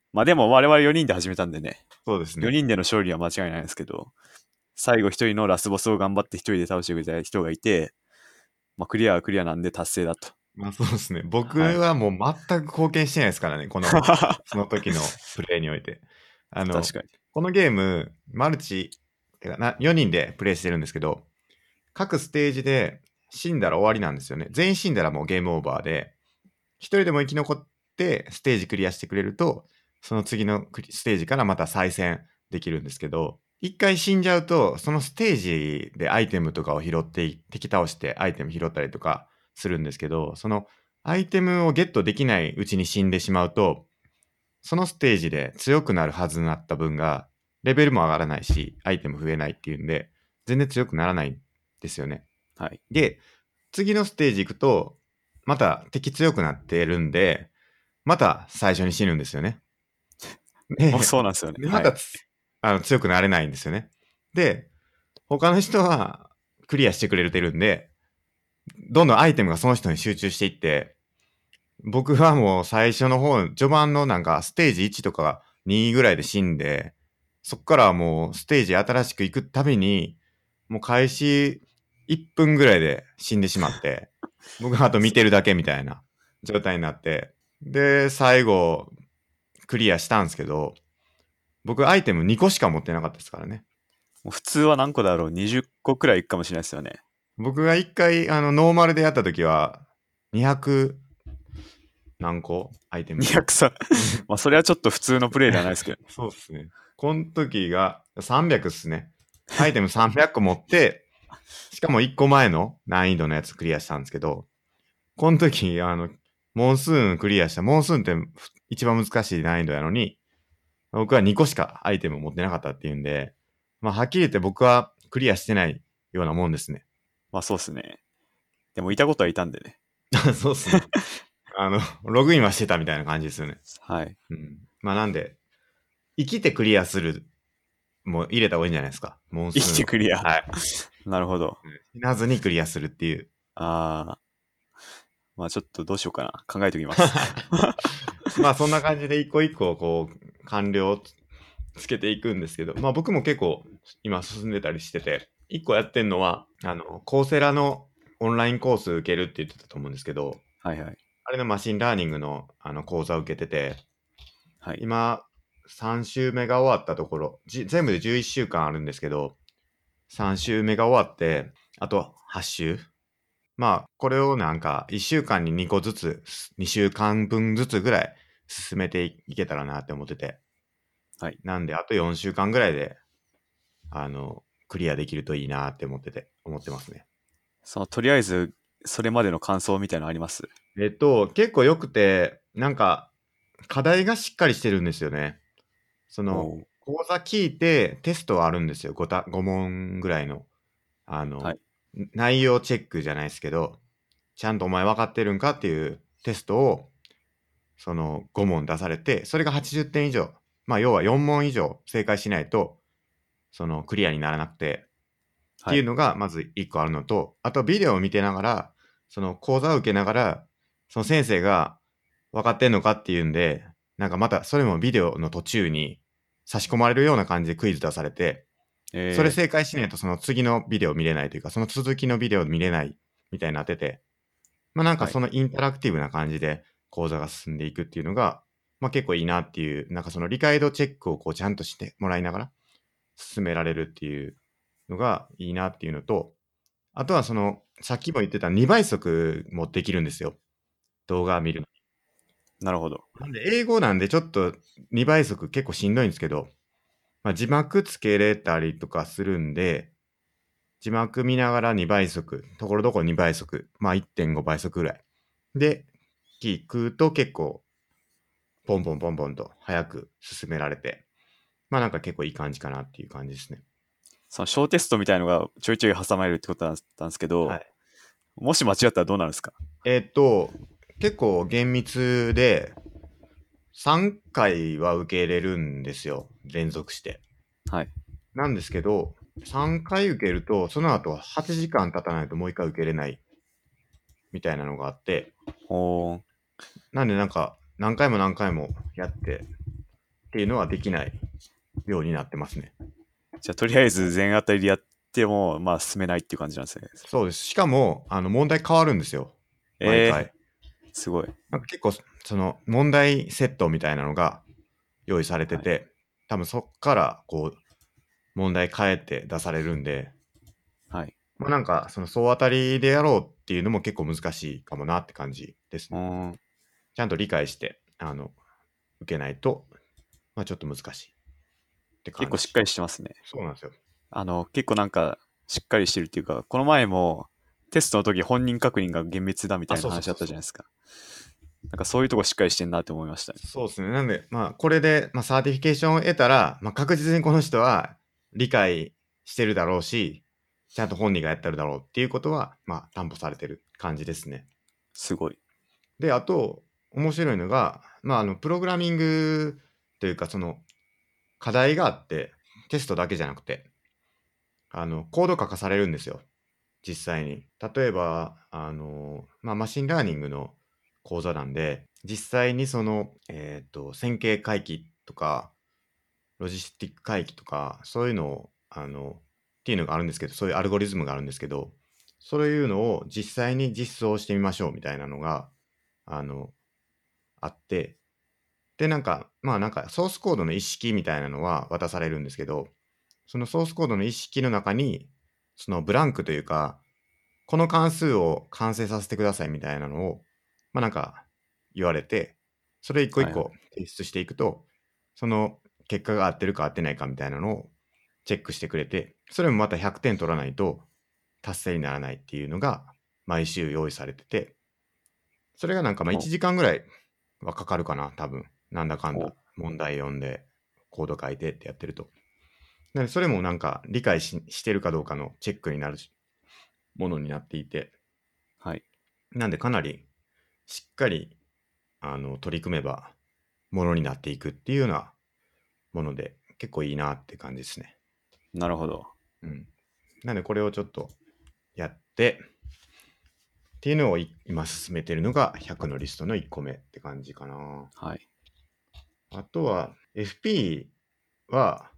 まあでも我々4人で始めたんでね、4 そうですね。 人での勝利は間違いないんですけど、最後1人のラスボスを頑張って1人で倒してくれた人がいて、まあクリアはクリアなんで達成だと。 まあそうですね。僕はい。 はもう全く貢献してないですからね、その時のプレイにおいて。 確かに。 このゲーム、マルチ、4人でプレイしてるんですけど、各ステージで死んだら終わりなんですよね。全員死んだらもうゲームオーバーで、一人でも生き残ってステージクリアしてくれると、その次のステージからまた再戦できるんですけど、一回死んじゃうと、そのステージでアイテムとかを拾って、敵倒してアイテム拾ったりとかするんですけど、そのアイテムをゲットできないうちに死んでしまうと、そのステージで強くなるはずになった分が、レベルも上がらないし、アイテム増えないっていうんで、全然強くならないんですよね。 はい。 で、次のステージ行くと、また敵強くなってるんで、また最初に死ぬんですよね。 もうで、 そうなんですよね。 またはい。 強くなれないんですよね。で、他の人はクリアしてくれてるんで、どんどんアイテムがその人に集中していって、僕はもう最初の方、序盤のなんかステージ1とか2ぐらいで死んで、そっからはもうステージ新しく行くたびに、もう開始1分ぐらいで死んでしまって、僕はあと見てるだけみたいな状態になって、で、最後、クリアしたんですけど、僕アイテム2個しか持ってなかったですからね。 もう普通は何個だろう？ 20 個くらいいくかもしれないですよね。 僕が1回、ノーマルでやった時は、200何個アイテム。 200さ、まあそれはちょっと普通のプレイではないですけど。 そうですね。この時が300っすね。アイテム300個持って、しかも1個前の難易度のやつクリアしたんですけど、この時、モンスーンクリアした。モンスーンって一番難しい難易度やのに、僕は2個しかアイテム持ってなかったっていうんで、まあ、はっきり言って僕はクリアしてないようなもんですね。 まあそうっすね。でもいたことはいたんでね。 そうっすね。ログインはしてたみたいな感じですよね。 はい。 うん。まあなんで、生きてクリアするも入れた方がいいんじゃないですか。モン生スーンを。 きてクリア。 はい。 なるほど。 死なずにクリアするっていう。 ああ、まあちょっとどうしようかな。考えておきます。 まあそんな感じで一個一個こう完了をつけていくんですけど、まあ僕も結構今進んでたりしてて、一個やってんのは、コーセラのオンラインコース受けるって言ってたと思うんですけど、 はいはい。 あれのマシンラーニングの講座を受けてて、 はい。 今3週目が終わったところ、全部で11週間あるんですけど、3週目が終わって、あと8週。まあ、これをなんか1週間に2個ずつ、2週間分ずつぐらい進めていけたらなって思ってて。 はい。 なんで、あと4週間ぐらいで、クリアできるといいなって思ってますね。 とりあえず、それまでの感想みたいなのあります？ 結構良くて、なんか、課題がしっかりしてるんですよね。その、 おー。 講座聞いてテストはあるんですよ。5問ぐらいの。あの、 はい。 内容チェックじゃないですけど、ちゃんとお前分かってるんかっていうテストを、その5問出されて、それが80点以上。まあ、要は4問以上正解しないと、そのクリアにならなくて、ってはい。 いうのがまず1個あるのと、あとビデオを見てながら、その講座を受けながら、その先生が分かってんのかっていうんで、なんかまたそれもビデオの途中に差し込まれるような感じでクイズ出されて、それえ正解しないとその次のビデオ見れないというか、その続きのビデオ見れないみたいになってて、まあなんかはい。 そのインタラクティブな感じで講座が進んでいくっていうのが、まあ結構いいなっていう、なんかその理解度チェックをこうちゃんとしてもらいながら進められるっていうのがいいなっていうのと、あとはその、さっきも言ってた2倍速もできるんですよ。動画見るの。 なるほど。 なんで英語なんでちょっと2倍速結構しんどいんですけど、まあ、字幕つけれたりとかするんで、字幕見ながら2倍速、ところどころ2倍速、まあ1.5倍速ぐらい。で、聞くと結構、ポンポンポンポンと早く進められて、まあなんか結構いい感じかなっていう感じですね。 その小テストみたいのがちょいちょい挟まれるってことだったんですけど、 はい。 もし間違ったらどうなるんですか？ えっと、結構厳密で、3回は受け入れるんですよ。連続して。 はい。 なんですけど、3回受けると、その後8時間経たないともう1回受けれないみたいなのがあって、 おー。 なんでなんか、何回も何回もやって、 っていうのはできないようになってますね。 じゃあ、とりあえず全当たりでやっても、まあ、進めないっていう感じなんですね。 そうです。しかも、問題変わるんですよ。毎回。 すごい。 なんか結構、その問題セットみたいなのが用意されてはい。 て、多分そっからこう、問題変えて出されるんで、 はい。 まあ、なんか、その総当たりでやろうっていうのも結構難しいかもなって感じですね。 うーん。 ちゃんと理解して、受けないと、まあちょっと難しいって感じ。 結構しっかりしてますね。 そうなんですよ。 結構なんか、しっかりしてるっていうか、この前も、テストの時本人確認が厳密だみあ、 たいなそうそう話あそうそう。 ったじゃないですか。なんかそういうとこしっかりしてんなって思いましたね。 そうですね。なんで、まあ、これで、まあ、サーティフィケーションを得たら、まあ、確実にこの人は理解してるだろうし、ちゃんと本人がやってるだろうっていうことは、まあ、担保されてる感じですね。 すごい。 で、あと、面白いのが、まあ、プログラミングというか、その、課題があって、テストだけじゃなくて、コード書かされるんですよ。実際に。例えば、まあ、マシンラーニングの講座なんで、実際にその、線形回帰とか、ロジスティック回帰とか、そういうのを、っていうのがあるんですけど、そういうアルゴリズムがあるんですけど、そういうのを実際に実装してみましょうみたいなのが、あの、あって、で、なんか、まあなんか、ソースコードの一式みたいなのは渡されるんですけど、そのソースコードの一式の中に、そのブランクというか、この関数を完成させてくださいみたいなのを、まあなんか言われて、それ一個一個はいはい。 提出していくと、その結果が合ってるか合ってないかみたいなのをチェックしてくれて、それもまた100点取らないと達成にならないっていうのが毎週用意されてて、それがなんかまあお 1時間ぐらいはかかるかな、多分。なんだかんだ。 お問題読んで、コード書いてってやってると。なのでそれもなんか理解してるかどうかのチェックになるものになっていて、 はい。 なんでかなりしっかり取り組めばものになっていくっていうようなもので結構いいなって感じですね。 なるほど。 うん。なんでこれをちょっとやってっていうのを今進めてるのが100のリストの1個目って感じかな。 はい。 あとは FP は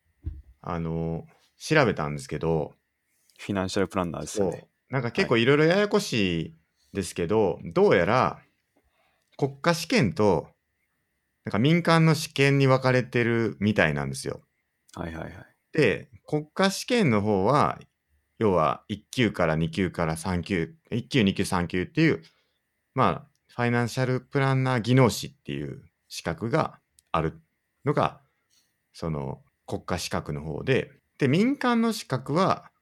調べたんですけど、 フィナンシャルプランナーですよね。 なんかはい。 結構いろいろややこしいですけど、どうやら国家試験となんか民間の試験に分かれてるみたいなんですよ。 はいはいはい。 で、国家試験の方は、要は1級から2級から3級、1級、2級、3級っていう、まあ、ファイナンシャルプランナー技能士っていう資格があるのが、その国家資格の方で、で、民間の資格は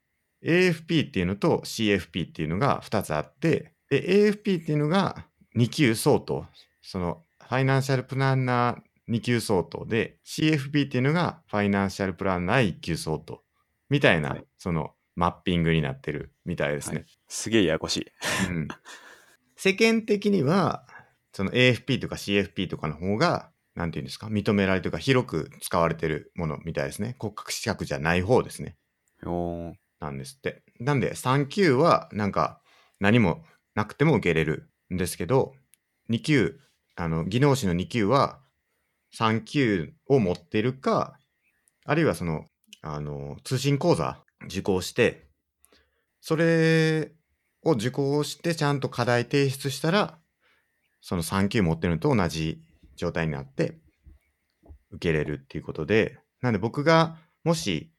AFP っていうのと CFP っていうのが2つあって、で、AFP っていうのが2級相当、そのファイナンシャルプランナー2級相当で、CFP っていうのがファイナンシャルプランナー1級相当みたいな、 はい。 そのマッピングになってるみたいですはい。 ね。 すげえややこしい。 うん。世間的には、その AFP とか CFP とかの方が、なんていうんですか、認められてるか広く使われてるものみたいですね。国家資格じゃない方ですね。 おー。 なんですって。なんで3級はなんか何もなくても受けれるんですけど、2級、技能士の2級は3級を持ってるか、あるいはその、通信講座受講して、それを受講してちゃんと課題提出したら、その3級持ってるのと同じ状態になって受けれるっていうことで、なんで僕がもし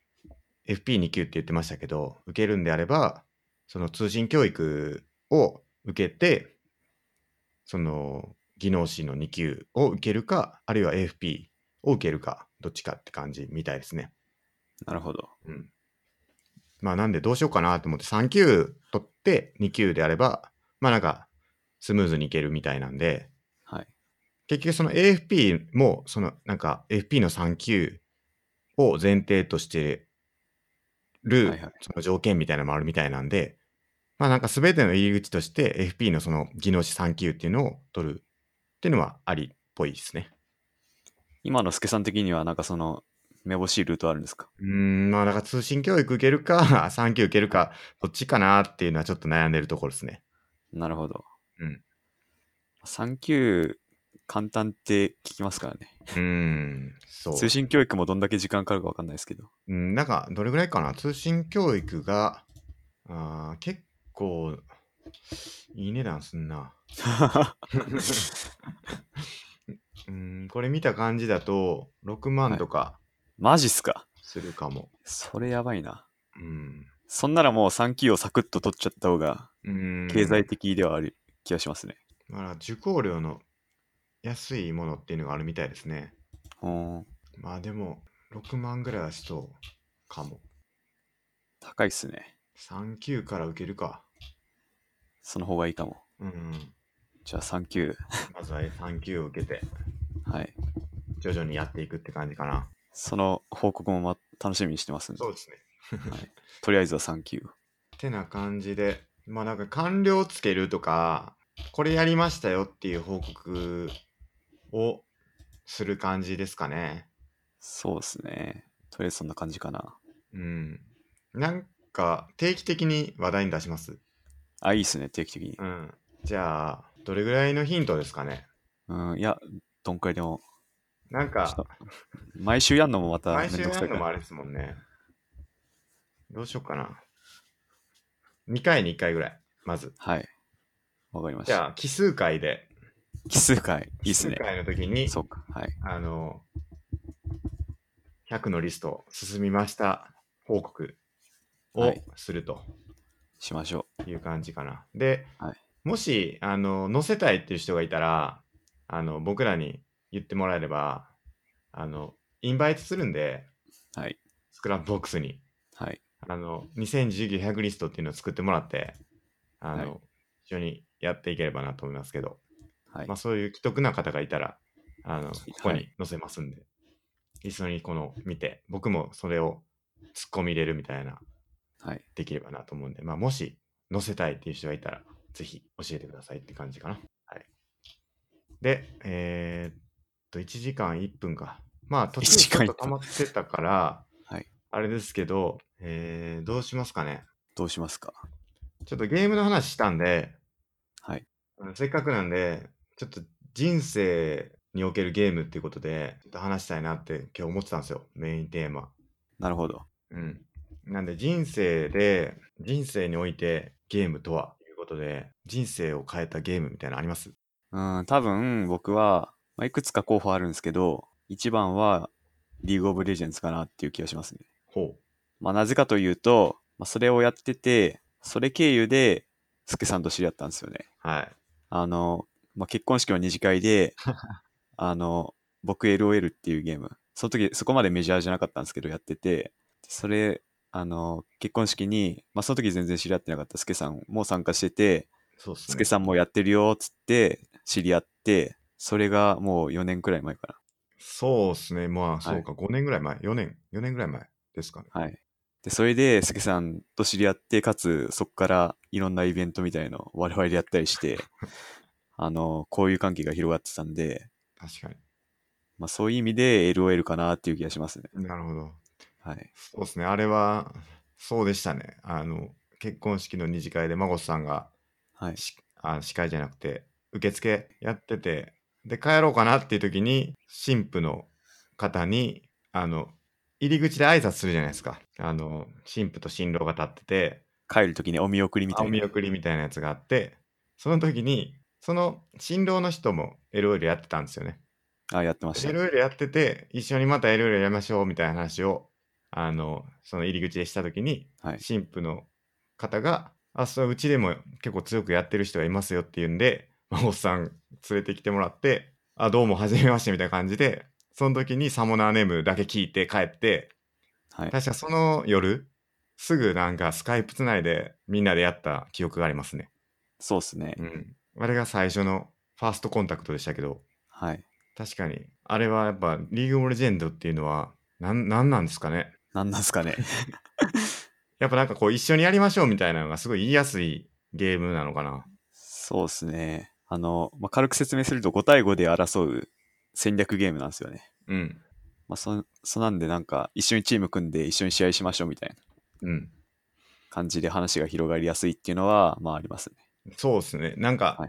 FP2 級って言ってましたけど、受けるんであれば、その通信教育を受けて、その技能士の2級を受けるか、あるいは AFP を受けるか、どっちかって感じみたいですね。 なるほど。 うん。まあなんでどうしようかなと思って3級取って2級であれば、まあなんかスムーズにいけるみたいなんで、 はい。 結局その AFP もそのなんか FP の3級を前提としてるはいはい。 その条件みたいなのもあるみたいなんで、まあなんか全ての入り口として FP のその技能士3級っていうのを取るっていうのはありっぽいですね。 今の助さん的には、なんかその、めぼしいルートあるんですか？ まあだから通信教育受けるか3級受けるはい。 かどっちかなっていうのはちょっと悩んでるところですね。 なるほど。 うん。 3級簡単って聞きますからね。 そう。 通信教育もどんだけ時間かかるか分かんないですけど。 なんか、どれぐらいかな、通信教育が、結構、いい値段すんな。これ見た感じだと、6万とかマジっすか。 するかも。 それやばいな。 うん。 そんならもう3級をサクッと取っちゃった方がうーん。 経済的ではある気がしますね。 まあ、受講料の安いものっていうのがあるみたいですね。 うん。 まあでも、6万ぐらいはしそうかも。 高いっすね。 3級から受けるか。 その方がいいかも。 うん。 じゃあ3級。 まずは3級を受けて、 はい。 徐々にやっていくって感じかな。 その報告も楽しみにしてますんで。 そうですね。 はい。とりあえずは3級。 ってな感じで、まあなんか完了つけるとか、これやりましたよっていう報告をする感じですかね。 そうですね。とりあえずそんな感じかな。 うん。なんか定期的に話題に出します。 あ、いいっすね、定期的に。 うん。じゃあ、どれぐらいのヒントですかね。 うん、いや、どんくらいでも、 なんか、 ちょっと、毎週やんのもまた毎めん週やどくさいから。 るのもあれですもんね。どうしようかな。2回に1回ぐらい。まず。 はい。わかりました。 じゃあ、奇数回で、 奇数回、いい奇っすね。 数回の時に、 そうか。はい。 あの、100のリスト進みました報告をはい。 するとしましょいう感じかな。で、 う。はい。 もし、載せたいっていう人がいたら、僕らに言ってもらえれば、あの、インバイトするんで、 はい。 スクラップボックスに、 はい。 2019 100リストっていうのを作ってもらって、 はい。 一緒にやっていければなと思いますけど、 はい。 まあそういう既得な方がいたら、ここはい。 に載せますんで、一緒に見て、僕もそれを突っ込み入れるみたいな、 はい。 できればなと思うんで、まあもし載せたいっていう人がいたら、ぜひ教えてくださいって感じかな。はい。で、1時間1分か。まあ途中 1時間1 ちょっと溜分。 まってたから、 はい。 あれですけど、どうしますかね。 どうしますか。 ちょっとゲームの話したんで、 はい。 せっかくなんで、ちょっと人生におけるゲームっていうことで、ちょっと話したいなって今日思ってたんですよ。メインテーマ。 なるほど。 うん。なんで人生においてゲームとはということで、人生を変えたゲームみたいなのあります？ うん、多分僕は、まあ、いくつか候補あるんですけど、一番はリーグオブレジェンズかなっていう気がしますね。 ほまあ、なぜかというと、まあ、それをやってて、それ経由で、スケさんと知り合ったんですよね。 う。はい。 あの、まあ、結婚式の二次会で、あの、僕 LOL っていうゲーム、その時そこまでメジャーじゃなかったんですけど、やってて、それ、結婚式に、まあ、その時全然知り合ってなかったスケさんも参加してて、 そうっすね。 スケさんもやってるよ、つって知り合って、それがもう4年くらい前かそうっすね。まあな。はい。 そうか。5年ぐらい前。4年ぐらい前ですかね。 はい。で、それで、スケさんと知り合って、かつ、そこからいろんなイベントみたいのを我々でやったりして、こういう関係が広がってたんで、 確かに。 まあそういう意味で LOL かなっていう気がしますね。 なるほど。 はい。 そうですね。あれは、そうでしたね。結婚式の二次会で孫さんがはい。 司会じゃなくて、受付やってて、で、帰ろうかなっていう時に、新婦の方に、入り口で挨拶するじゃないですか。新婦と新郎が立ってて、 帰るときにお見送りみたお見いな。 送りみたいなやつがあって、その時に、その新郎の人も LOL やってたんですよね。 あ、やってました。 LOL やってて、一緒にまた LOL やりましょうみたいな話を、その入り口でした時に、 はい。 新婦の方が、そう、うちでも結構強くやってる人がいますよっていうんで、おっさん連れてきてもらって、どうも、はじめましてみたいな感じで、その時にサモナーネームだけ聞いて帰って、 はい。 確かその夜、すぐなんかスカイプつないでみんなでやった記憶がありますね。 そうっすね。 うん。あれが最初のファーストコンタクトでしたけど、 はい。 確かに、あれはやっぱリーグオブレジェンドっていうのは、なんなんですかね。 なんなんすかね。 やっぱなんかこう一緒にやりましょうみたいなのがすごい言いやすいゲームなのかな。 そうっすね。まあ、軽く説明すると5対5で争う戦略ゲームなんですよね。 うん。 まあ、なんでなんか一緒にチーム組んで一緒に試合しましょうみたいなうん。 感じで話が広がりやすいっていうのは、まあありますね。 そうですね。なんか、 はい。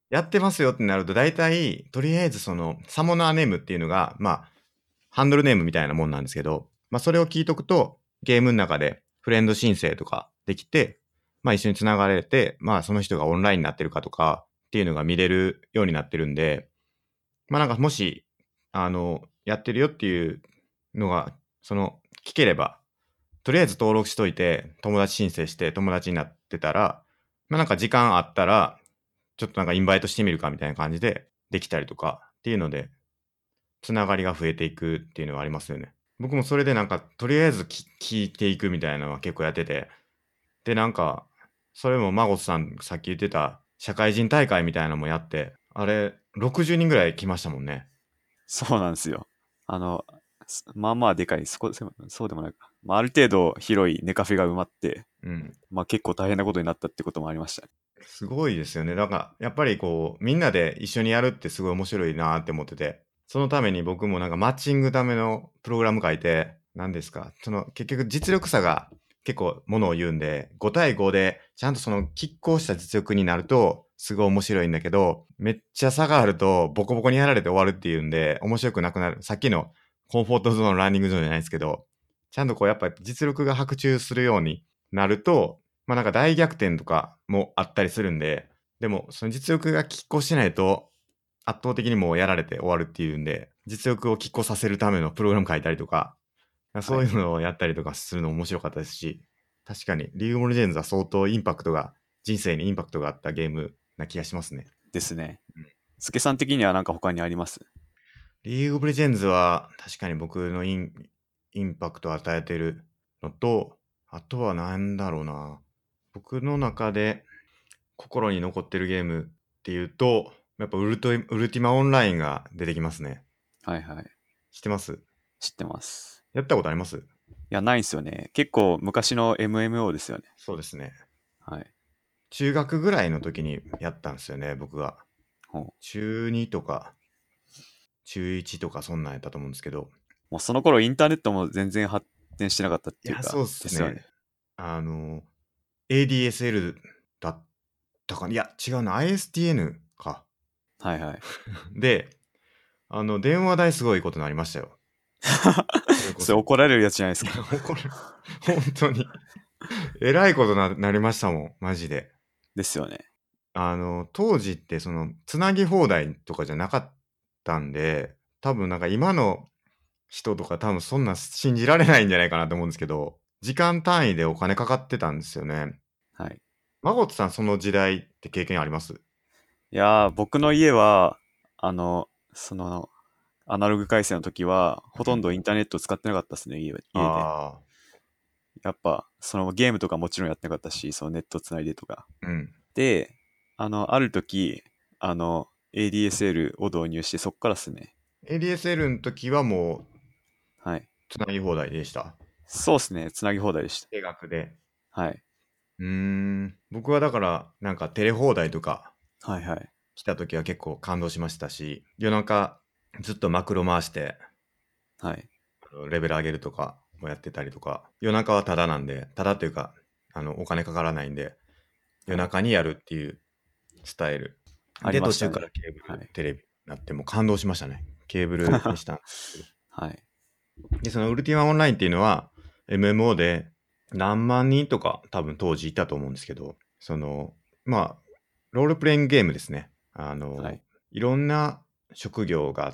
やってますよってなると、大体、とりあえずその、サモナーネームっていうのが、まあ、ハンドルネームみたいなもんなんですけど、まあ、それを聞いとくと、ゲームの中でフレンド申請とかできて、まあ、一緒に繋がれて、まあ、その人がオンラインになってるかとかっていうのが見れるようになってるんで、まあ、なんかもし、やってるよっていうのが、聞ければ、とりあえず登録しといて、友達申請して友達になってたら、まあ、なんか時間あったら、ちょっとなんかインバイトしてみるかみたいな感じでできたりとかっていうので、つながりが増えていくっていうのはありますよね。僕もそれでなんか、とりあえず聞いていくみたいなのは結構やってて、で、なんか、それもマゴスさんさっき言ってた社会人大会みたいなのもやって、あれ、60人ぐらい来ましたもんね。 そうなんですよ。あの、まあまあでかい、そうでもないか。まあ、ある程度広いネカフェが埋まって、 うん。 まあ結構大変なことになったってこともありましたね。 すごいですよね。だから、やっぱりこう、みんなで一緒にやるってすごい面白いなって思ってて、そのために僕もなんかマッチングためのプログラム書いて、何ですか、結局実力差が結構ものを言うんで、5対5でちゃんとその拮抗した実力になると、すごい面白いんだけど、めっちゃ差があるとボコボコにやられて終わるっていうんで、面白くなくなる。さっきのコンフォートゾーン、ランニングゾーンじゃないですけど、ちゃんとこうやっぱ実力が伯仲するようになると、まあなんか大逆転とかもあったりするんで、でもその実力が拮抗しないと圧倒的にもうやられて終わるっていうんで、実力を拮抗させるためのプログラム書いたりとか、 はい。 そういうのをやったりとかするの面白かったですし、確かにリーグオブレジェンズは相当インパクトが、人生にインパクトがあったゲームな気がしますね。 ですね。 うん、 スケさん的にはなんか他にあります？ リーグオブレジェンズは確かに僕のインパクトを与えてるのと、あとはなんだろうな。僕の中で心に残ってるゲームっていうと、やっぱウルティマオンラインが出てきますね。 はいはい。 知ってます？ 知ってます。 やったことあります？ いや、ないんすよね。結構昔の MMO ですよね。 そうですね。 はい。 中学ぐらいの時にやったんですよね、僕が。 ほう。 中2とか中1とかそんなんやったと思うんですけど。 もうその頃インターネットも全然発展してなかったっいや、 ていうか、 そうっすね。 ですよね。 あの、ADSL だったかな。いや、違うな。ISDN か。 はいはい。 で、電話代すごいことになりましたよ。それこそ。 それ怒られるやつじゃないですいや、 か。 怒る。本当に。えらいことなりましたもん、マジで。 ですよね。 当時ってつなぎ放題とかじゃなかったんで、多分なんか今の人とか多分そんな信じられないんじゃないかなと思うんですけど、時間単位でお金かかってたんですよね。 はい。 マゴットさんその時代って経験あります？ いやー、僕の家は、その、アナログ回線の時は、ほとんうん。 どインターネット使ってなかったですね、家で。 ああ、 やっぱ、そのゲームとかもちろんやってなかったし、そのネットつないでとか。 うん。 で、ある時、ADSL を導入して、そっからっすね。 ADSL の時はもうはい。 つなぎ放題でした。 そうっすね、つなぎ放題でした。 定額で。 はい。 僕はだからなんかテレ放題とかはいはい。 来た時は結構感動しましたし、夜中ずっとマクロ回してはい。 レベル上げるとかもやってたりとか、夜中はタダなんで、タダというか、お金かからないんで、夜はい。 中にやるっていうスタイル。 ありで、途ましたね。 中からケーブはい。 ルテレビになってもう感動しましたね。ケーブルにしたんですけど。 はい。 で、そのウルティマオンラインっていうのは、MMO で何万人とか多分当時いたと思うんですけど、まあ、ロールプレイングゲームですね。 はい。 いろんな職業があって、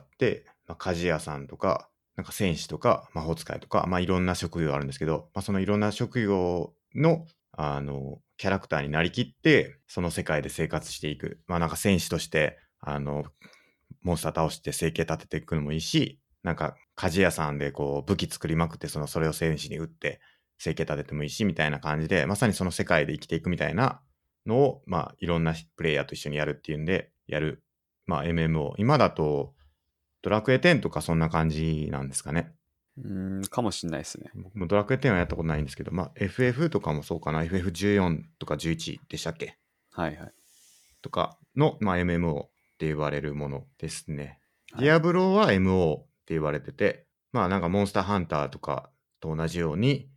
まあ、鍛冶屋さんとか、なんか戦士とか、魔法使いとか、まあいろんな職業あるんですけど、まあそのいろんな職業の、キャラクターになりきって、その世界で生活していく。まあなんか戦士として、モンスター倒して生計立てていくのもいいし、なんか鍛冶屋さんでこう武器作りまくって、それを戦士に撃って生計立ててもいいし、みたいな感じで、まさにその世界で生きていくみたいなのを、まあいろんなプレイヤーと一緒にやるっていうんで、やる、まあ MMO。今だと、ドラクエ10とかそんな感じなんですかね。 かもしんないですね。 僕もドラクエ10はやったことないんですけど、まあ FF とかもそうかな。FF14 とか11でしたっけはいはい。 とかの、まあ、MMO って言われるものですね。ディはい。 アブロは MO って言われてて、まあなんかモンスターハンターとかと同じように、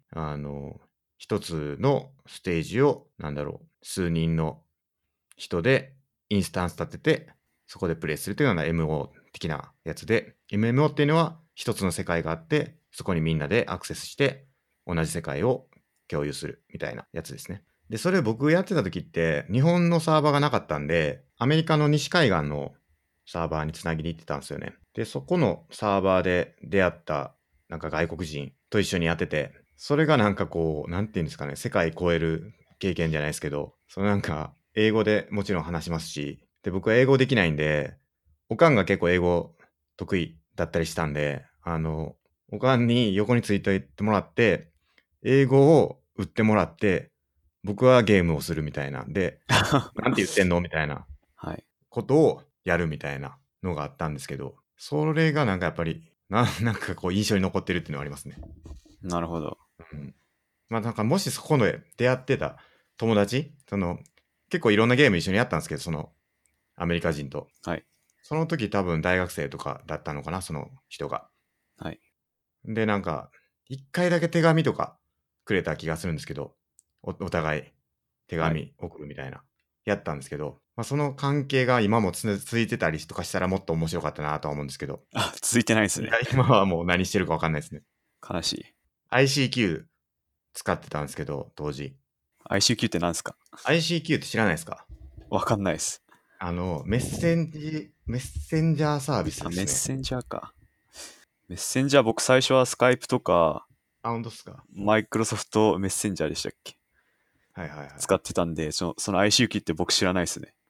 一つのステージを、なんだろう、数人の人でインスタンス立てて、そこでプレイするというような MO 的なやつで、MMO っていうのは一つの世界があって、そこにみんなでアクセスして、同じ世界を共有するみたいなやつですね。で、それ僕やってた時って、日本のサーバーがなかったんで、アメリカの西海岸のサーバーにつなぎに行ってたんですよね。で、そこのサーバーで出会ったなんか外国人と一緒にやってて、それがなんかこう、なんていうんですかね、世界超える経験じゃないですけど、そのなんか、英語でもちろん話しますし、で、僕は英語できないんで、おかんが結構英語得意だったりしたんで、おかんに横についていってもらって、英語を売ってもらって、僕はゲームをするみたいなんで、なんて言ってんのみたいなはい。 ことをやるみたいなのがあったんですけど、それがなんかやっぱり、なんかこう印象に残ってるっていうのはありますね。 なるほど。 うん。まあなんかもしそこで出会ってた友達、結構いろんなゲーム一緒にやったんですけど、そのアメリカ人と。 はい。 その時多分大学生とかだったのかな、その人が。 はい。 で、なんか、一回だけ手紙とかくれた気がするんですけど、お互い手はい。 紙送るみたいな、やったんですけど、まあ、その関係が今も続いてたりとかしたらもっと面白かったなとは思うんですけど、 あ、続いてないですいや、 ね。 今はもう何してるかわかんないですね。 悲しい。 ICQ 使ってたんですけど、当時。 ICQ って何ですか？ ICQ って知らないですか？ わかんないです。 メッセンジャーサービスあ、 ですね。 メッセンジャーか。メッセンジャー僕最初はスカイプとか、 あ、本当っすか？ マイクロソフトメッセンジャーでしたっけ？ はいはいはい。 使ってたんで、その ICQ って僕知らないですね。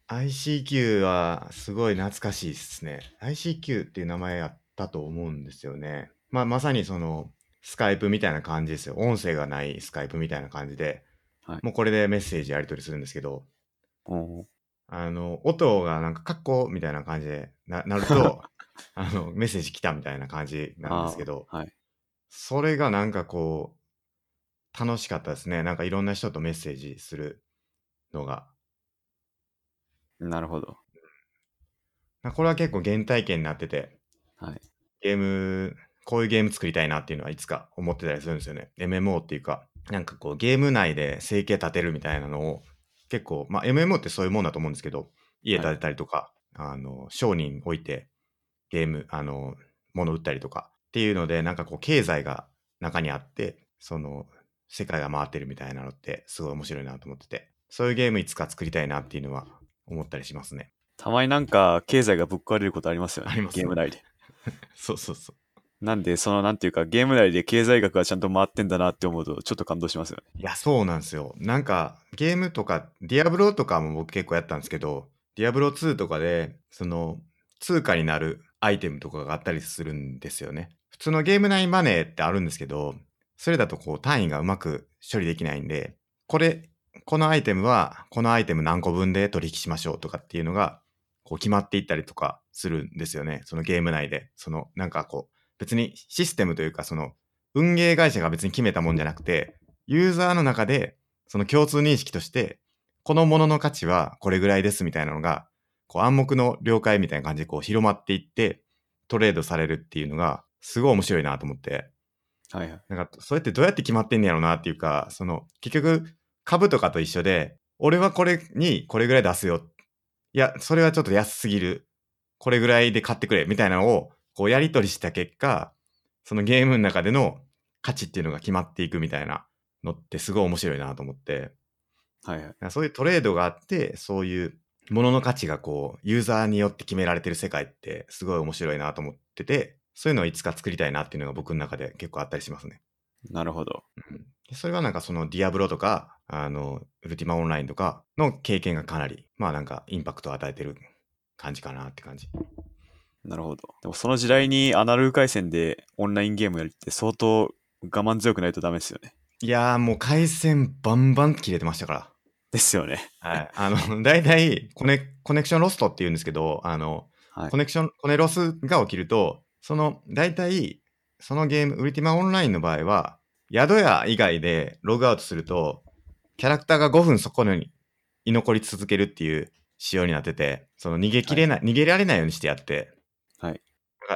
ICQ はすごい懐かしいですね。ICQ っていう名前やったと思うんですよね。まあ、まさにその、スカイプみたいな感じですよ。音声がないスカイプみたいな感じで、 はい。 もうこれでメッセージやり取りするんですけど、 おー。 音がなんかカッコみたいな感じでなると、メッセージ来たみたいな感じなんですけあど、 あ、はい。 それがなんかこう、楽しかったですね。なんかいろんな人とメッセージするのが。 なるほど。 これは結構原体験になってて、 はい。 ゲーム、こういうゲーム作りたいなっていうのはいつか思ってたりするんですよね。MMO っていうか、なんかこうゲーム内で生計立てるみたいなのを結構、まあ MMO ってそういうもんだと思うんですけど、家はい。 建てたりとか、商人置いてゲーム、物売ったりとかっていうので、なんかこう経済が中にあって、その世界が回ってるみたいなのってすごい面白いなと思ってて、そういうゲームいつか作りたいなっていうのは思ったりしますね。 たまになんか経済がぶっ壊れることありますよね。 ありますね。 ゲーム内で。 そうそうそう。 なんで、なんていうか、ゲーム内で経済学がちゃんと回ってんだなって思うと、ちょっと感動しますよね。 いや、そうなんですよ。なんか、ゲームとか、ディアブロとかも僕結構やったんですけど、ディアブロ2とかで、通貨になるアイテムとかがあったりするんですよね。普通のゲーム内マネーってあるんですけど、それだとこう単位がうまく処理できないんで、これ、このアイテムは、このアイテム何個分で取引しましょうとかっていうのが、こう決まっていったりとかするんですよね。そのゲーム内で。なんかこう、別にシステムというか、運営会社が別に決めたもんじゃなくて、ユーザーの中で、その共通認識として、このものの価値はこれぐらいですみたいなのが、こう暗黙の了解みたいな感じでこう広まっていって、トレードされるっていうのが、すごい面白いなと思って。 はいはい。 なんか、それってどうやって決まってんねやろなっていうか、結局、株とかと一緒で、俺はこれにこれぐらい出すよ。いや、それはちょっと安すぎる。これぐらいで買ってくれ。みたいなのを、こうやり取りした結果、そのゲームの中での価値っていうのが決まっていくみたいなのってすごい面白いなと思って、 はいはい。 そういうトレードがあって、そういうものの価値がこう、ユーザーによって決められてる世界ってすごい面白いなと思ってて、そういうのをいつか作りたいなっていうのが僕の中で結構あったりしますね。 なるほど。 うん、でそれはなんかそのディアブロとか、ウルティマオンラインとかの経験がかなり、まあなんかインパクトを与えてる感じかなって感じ。 なるほど。でもその時代にアナログ回線でオンラインゲームやるって相当我慢強くないとダメですよね。 いやーもう回線バンバン切れてましたから。 ですよね。 はい。大体コネクションロストって言うんですけど、 はい。 コネロスが起きると、大体、そのゲーム、ウルティマオンラインの場合は、宿屋以外でログアウトすると、キャラクターが5分そこに居残り続けるっていう仕様になってて、 はい。 逃げられないようにしてやって、 はい。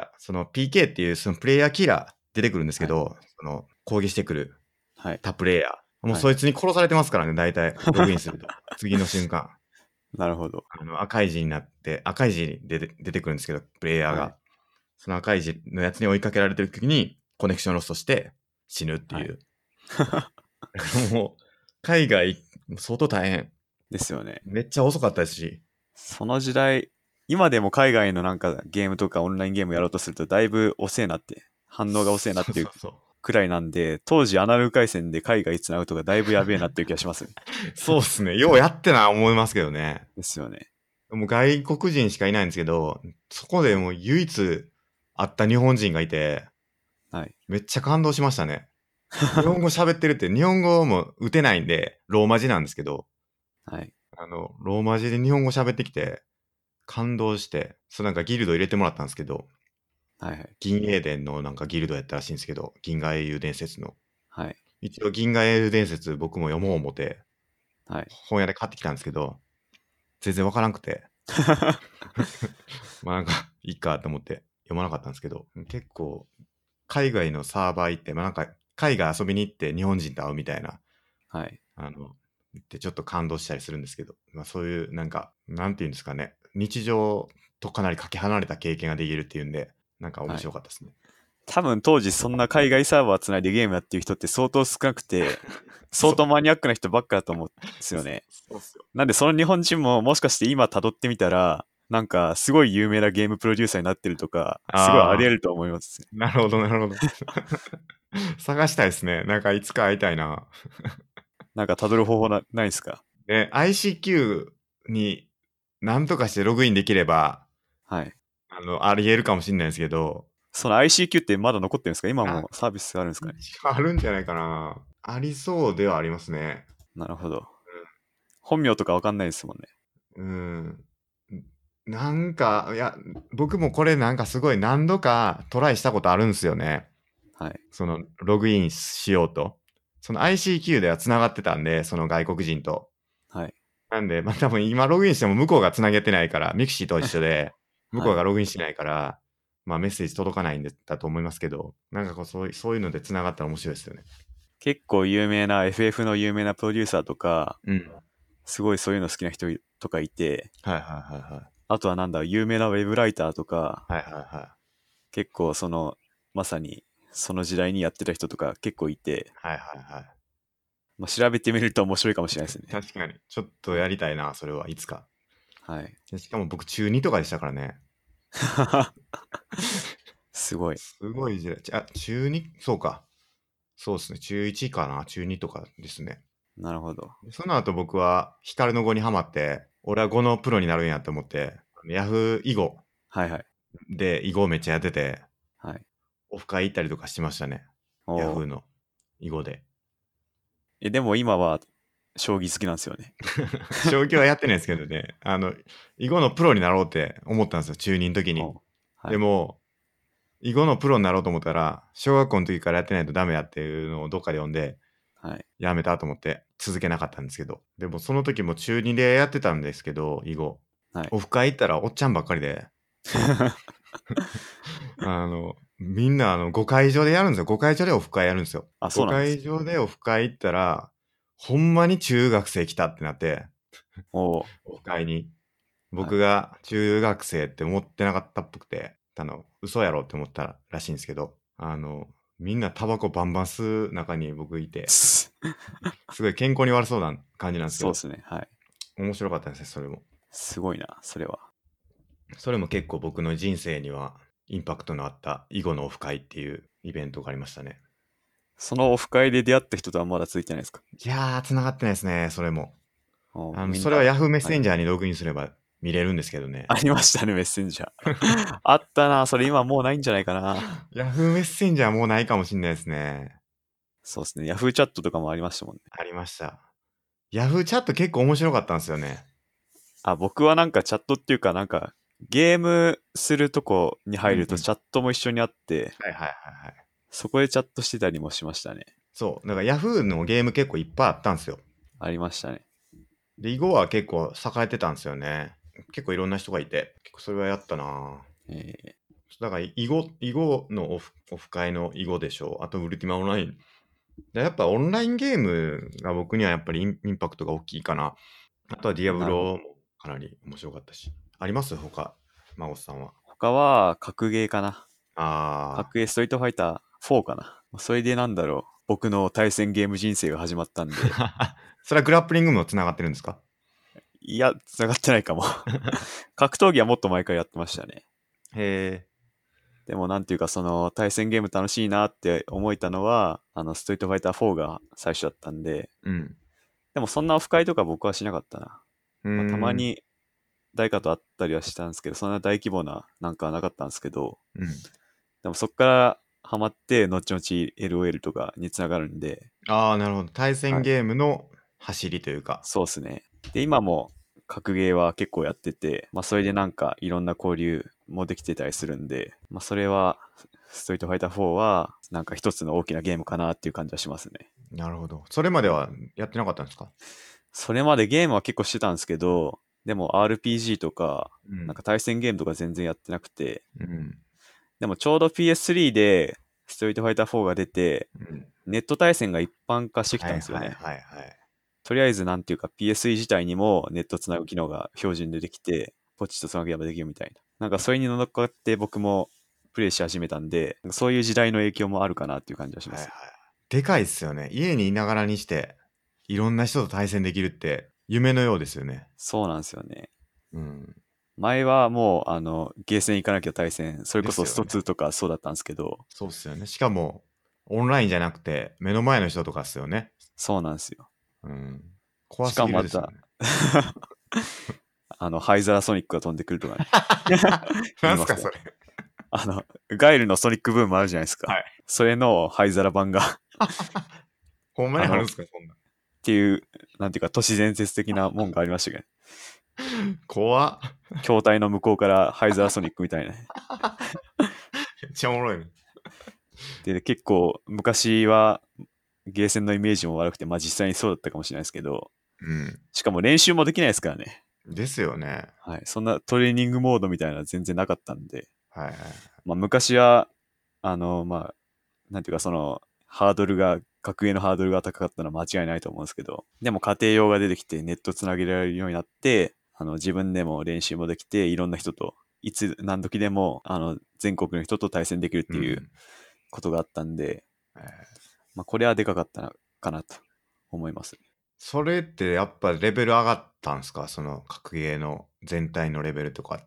PK っていうそのプレイヤーキラー出てくるんですけはい。 ど、攻撃してくるはい。 他プレイヤー。もうはい。 そいつに殺されてますからね、大体、ログインすると。次の瞬間。 なるほど。 赤い字になって、赤い字に出てくるんですけど、プレイヤーが。 はい。 その赤い字のやつに追いかけられてる時に、コネクションロストして死ぬってはい。 いう。もう、海外、相当大変。 ですよね。 めっちゃ遅かったですし。 その時代、今でも海外のなんかゲームとかオンラインゲームやろうとするとだいぶ遅えなって、反応が遅えなっていうそうそうそう。 くらいなんで、当時アナログ回線で海外つなぐとかだいぶやべえなっていう気がしますね。 そうっすね。ようやってな思いますけどね。 ですよね。 もう外国人しかいないんですけど、そこではい。 もう唯一会った日本人がいて、 はい。 めっちゃ感動しましたね。日本語喋ってるって、日本語も打てないんで、ローマ字なんですけど、 はい。 ローマ字で日本語喋ってきて、感動して、そうなんかギルド入れてもらったんですけど、 はい。 銀英伝のなんかギルドやったらしいんですけど、銀河英雄伝説の。 はい。 一応銀河英雄伝説僕も読もう思って、 はい。 本屋で買ってきたんですけど、全然わからんくて、まあなんか、いいかと思って読まなかったんですけど、結構、海外のサーバー行って、まあなんか、海外遊びに行って日本人と会うみたいな、 はい。 行ってちょっと感動したりするんですけど、まあそういうなんか、なんていうんですかね、日常とかなりかけ離れた経験ができるっていうんで、なんか面はい。 白かったですね。 多分当時そんな海外サーバーつないでゲームやってる人って相当少なくて、相そう。 当マニアックな人ばっかだと思うんですよね。 そうっすよ。 なんでその日本人ももしかして今辿ってみたら、なんかすごい有名なゲームプロデューサーになってるとか、すごいありああ、 得ると思いますね。 なるほど、なるほど。探したいですね。なんかいつか会いたいな。 なんか辿る方法ないですか？ で、ICQ に何とかしてログインできれば、 はい。 あり得るかもしれないですけど、 その ICQ ってまだ残ってるんですか？今あ、 もサービスあるんですかね？ 一応あるんじゃないかな。ありそうではありますね。 なるほど。本名とかわかんないですもんね。 うん。なんか、いや、僕もこれなんかすごい何度かトライしたことあるんですよね。 はい。 その、ログインしようと。その ICQ では繋がってたんで、その外国人と。 はい。 なんで、まあ多分今ログインしても向こうが繋げてないから、ミクシーと一緒で、向こうがはい。 ログインしないから、まあメッセージ届かないんだと思いますけど、なんかこうそういうので繋がったら面白いですよね。 結構有名な FF の有名なプロデューサーとか、 うん。 すごいそういうの好きな人とかいて、 はいはいはいはい。 あとはなんだ、有名なウェブライターとか、 はいはいはい。 結構まさにその時代にやってた人とか結構いて、 はいはいはい。 まあ、調べてみると面白いかもしれないですね。 確かに。ちょっとやりたいな、それはいつか。 はい。 でしかも僕中2とかでしたからね。 すごい。 すごい時代。中2? そうか。そうですね。中1かな。中2とかですね。 なるほど。 でその後僕は光の語にハマって、俺は語のプロになるんやと思って、ヤフー囲碁はいはい。 で囲碁めっちゃやってて、 はい。 オフ会行ったりとかしましたね。ヤおー。 フーの囲碁で。 でも今は将棋好きなんですよね。 将棋はやってないですけどね、囲碁のプロになろうって思ったんですよ、中2の時に。 おー。はい。 でも、囲碁のプロになろうと思ったら、小学校の時からやってないとダメやっていうのをどっかで読んで、 はい。 やめたと思って続けなかったんですけど。でもその時も中2でやってたんですけど、囲碁。 はい。 オフ会行ったらおっちゃんばっかりで、みんな5会場でやるんですよ。5会場でオフ会やるんですよ。 あ、そう 5 なんです。 会場でオフ会行ったら、ほんまに中学生来たってなって、 おー。 オフ会に。 はい。 僕が中学生って思ってなかったっぽくて、嘘やろって思ったらしいんですけど、みんなタバコバンバン吸う中に僕いて、すごい健康に悪そうな感じなんですけど、 そうですね。はい。 面白かったですね、それも。 すごいな、それは。 それも結構僕の人生にはインパクトのあった囲碁のオフ会っていうイベントがありましたね。 そのオフ会で出会った人とはまだ続いてないですか？ いやー、繋がってないですね、それも。 みんな、 それは Yahoo メッはい。 センジャーにログインすれば見れるんですけどね。 ありましたね、メッセンジャー。あったな、それ今もうないんじゃないかな。 Yahoo メッセンジャーもうないかもしんないですね。 そうですね。ヤフーチャットとかもありましたもんね。 ありました。Yahoo チャット結構面白かったんですよね。 あ、僕はなんかチャットっていうかなんかゲームするとこに入るとうんうん。 チャットも一緒にあって、 はいはいはいはい。 そこでチャットしてたりもしましたね。 そう。だから Yahoo のゲーム結構いっぱいあったんですよ。 ありましたね。 で、囲碁は結構栄えてたんですよね。結構いろんな人がいて、結構それはやったな。 えだから囲碁のオフ会の囲碁でしょう。あとウルティマオンライン。でやっぱオンラインゲームが僕にはやっぱりインパクトが大きいかな。あとはディアブなるほど。 ロもかなり面白かったし。あります他、マゴスさんは。 他は、格ゲーかな。 あ格ゲーストリートファイター4かな。それでなんだろう。僕の対戦ゲーム人生が始まったんで、 あ。それはグラップリングもつながってるんですか？ いや、繋がってないかも。格闘技はもっと前からやってましたね。 へえ。 でもなんていうか、その対戦ゲーム楽しいなって思えたのは、ストリートファイター4が最初だったんで、 うん。 でもそんなオフ会とか僕はしなかったな。 うーまあ、たまん。 に誰かと会ったりはしたんですけど、そんな大規模ななんかはなかったんですけど、 うん。 でもそっからハマって、後々 LOL とかにつながるんで、 ああ、なるほど。対戦はい。 ゲームの走りというか。 そうですね。で、今も格ゲーは結構やってて、まあそれでなんかいろんな交流もできてたりするんで、まあそれは、ストリートファイター4はなんか一つの大きなゲームかなっていう感じはしますね。 なるほど。それまではやってなかったんですか？ それまでゲームは結構してたんですけど、でも RPG とか、なんうん。 か対戦ゲームとか全然やってなくて、 うん。 でもちょうど PS3 でストリートファイター4が出て、 うん。 ネット対戦が一般化してきはいたんですよね。 はいはいはい。 とりあえずなんていうか PS3 自体にもネットつなぐ機能が標準でできて、ポチッとつなげばできるみたいな。なんかそれに乗っかって僕もプレイし始めたんで、そういう時代の影響もあるかなっていう感じはしまはいはい。 す。 でかいっすよね。家にいながらにして、いろんな人と対戦できるって夢のようですよね。 そうなんですよね。 うん。 前はもう、ゲーセン行かなきゃ対戦、それこそストですよね。 2とかそうだったんですけど、 そうっすよね。しかも、オンラインじゃなくて、目の前の人とかっすよね。 そうなんですよ。 うん。怖しすかもまた、 ぎるですよね。 灰皿ソニックが飛んでくるとかね、 な言いますから。 んすかそれ。 ガイルのソニックブームあるじゃないですか。 はい。 それの灰皿版がほんまにあるんすかそんな。 っていう、なんていうか、都市伝説的なもんがありましたけど、 怖っ。 筐体の向こうから灰皿ソニックみたいなね。 めっちゃおもろいね。 で、結構、昔は、ゲーセンのイメージも悪くて、まあ実際にそうだったかもしれないですけど、 うんしかも練習もできないですからね。 ですよね。 はい。そんなトレーニングモードみたいなのは全然なかったんで、 はいはい。 まあ昔は、まあ、なんていうかその、格ゲーのハードルが高かったのは間違いないと思うんですけど、でも家庭用が出てきてネットつなげられるようになって、自分でも練習もできて、いろんな人と、いつ何時でも、全国の人と対戦できるっていううん。 ことがあったんで、 えーまあこれはでかかったなかなと思います。 それってやっぱレベル上がったんすかその格ゲーの全体のレベルとかって。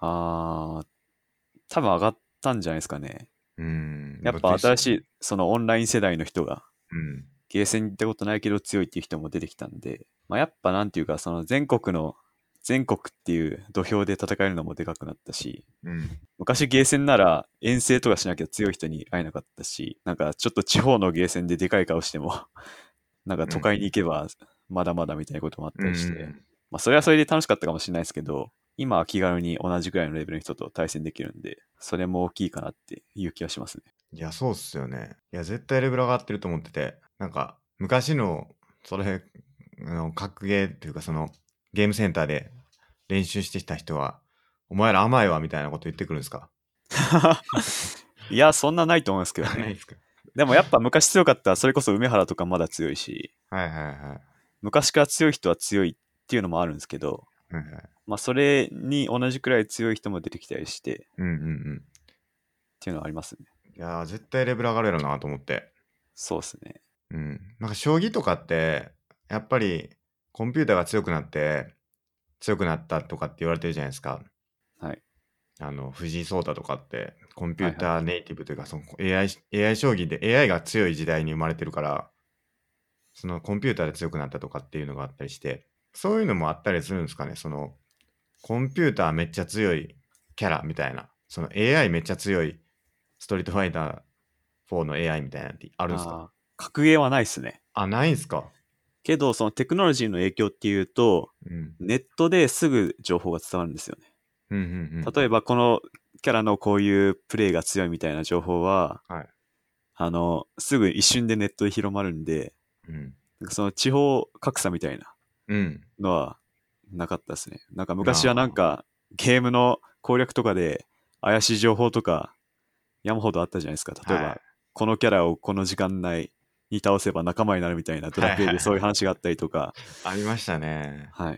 多分上がったんじゃないですかね。やっぱですよね。 新しい、そのオンライン世代の人が、 うん。 ゲーセンに行ったことないけど強いっていう人も出てきたんで、まあ、やっぱなんていうか、その全国っていう土俵で戦えるのもでかくなったし、 うん。 昔ゲーセンなら遠征とかしなきゃ強い人に会えなかったし、なんかちょっと地方のゲーセンででかい顔しても、なんかうん。 都会に行けばまだまだみたいなこともあっうん。うたりして、 ん。 まあそれはそれで楽しかったかもしれないですけど、今は気軽に同じくらいのレベルの人と対戦できるんで、それも大きいかなっていう気がしますね。 いや、そうっすよね。いや、絶対レベル上がってると思ってて、なんか、昔の、それ、格ゲーっていうか、その、ゲームセンターで練習してきた人は、お前ら甘いわ、みたいなこと言ってくるんですか？ いや、そんなないと思うんですけどね。 ないですか？ でもやっぱ昔強かったら、それこそ梅原とかまだ強いし、 はいはいはい。 昔から強い人は強いっていうのもあるんですけど、 はいはい。 まあそれに同じくらい強い人も出てきたりして、っうんうんうん。 ていうのはありますね。 いやー、絶対レベル上がるやろなと思って。 そうですね。 うん。なんか将棋とかって、やっぱりコンピューターが強くなって、強くなったとかって言われてるじゃないですか。 はい。 藤井聡太とかって、コンピューはいはい。 ターネイティブというか、その AI 将棋で AI が強い時代に生まれてるから、そのコンピューターで強くなったとかっていうのがあったりして、そういうのもあったりするんですかね。その、コンピューターめっちゃ強いキャラみたいな、その AI めっちゃ強いストリートファイター4の AI みたいなってあるんですか？ ああ、格ゲーはないっすね。 あ、ないんすか？ けど、そのテクノロジーの影響っていうと、 うん。 ネットですぐ情報が伝わるんですよね。 うんうんうん。 例えば、このキャラのこういうプレイが強いみたいな情報は、 はい。 すぐ一瞬でネットで広まるんで、 うん。 なんかその地方格差みたいなうん。 のはなかったですね。なんか昔はなんあかゲームの攻略とかで怪しい情報とか山ほどあったじゃないですか。 あ。 例えば、 はい。 このキャラをこの時間内に倒せば仲間になるみたいなドラはいはいクエでそういうはい。 話があったりとか、 ありましたね。 はい。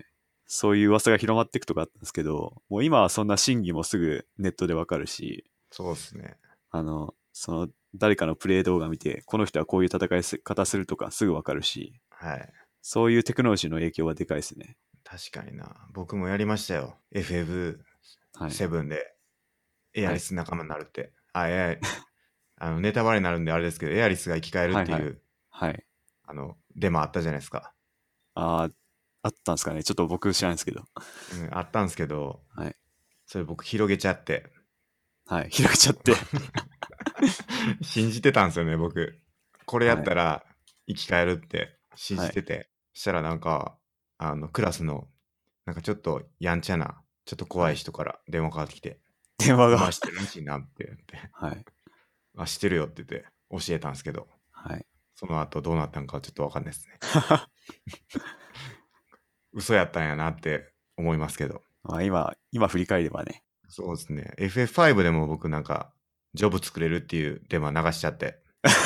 そういう噂が広まっていくとかあったんですけど、もう今はそんな真偽もすぐネットでわかるし、 そうですね。 その誰かのプレイ動画見て、この人はこういう戦い方するとかすぐわかるし、 はい。 そういうテクノロジーの影響はでかいですね。 確かにな。僕もやりましたよ。 はい。 FF7 でエアはい。 リス仲間になるって。ネタバレになるんであれですけど、エアリスが生き返るっはいはい。 ていう、 はい。 デマあったじゃないですか。 ああ、あったんですかね。ちょっと僕知らないんですけど。 うん、あったんですけど、 はい。 それ僕広げちゃって、 はい。開いちゃって。 信じてたんですよね、僕。これやはい。 ったら生き返るって信はい。 じてて。したらなんか、クラスの、なんかちょっとやんちゃな、ちょっと怖はい。 い人から電話かかってきて、 電話が。 お前知ってるらしいなって言って、 はい。 あ、知ってるよって言って教えたんですけど、 はい。 その後どうなったんかはちょっとわかんないですね。嘘やったんやなって思いますけど。 まあ今振り返ればね。 そうですね。FF5 でも僕なんか、ジョブ作れるっていうデマ流しちゃって、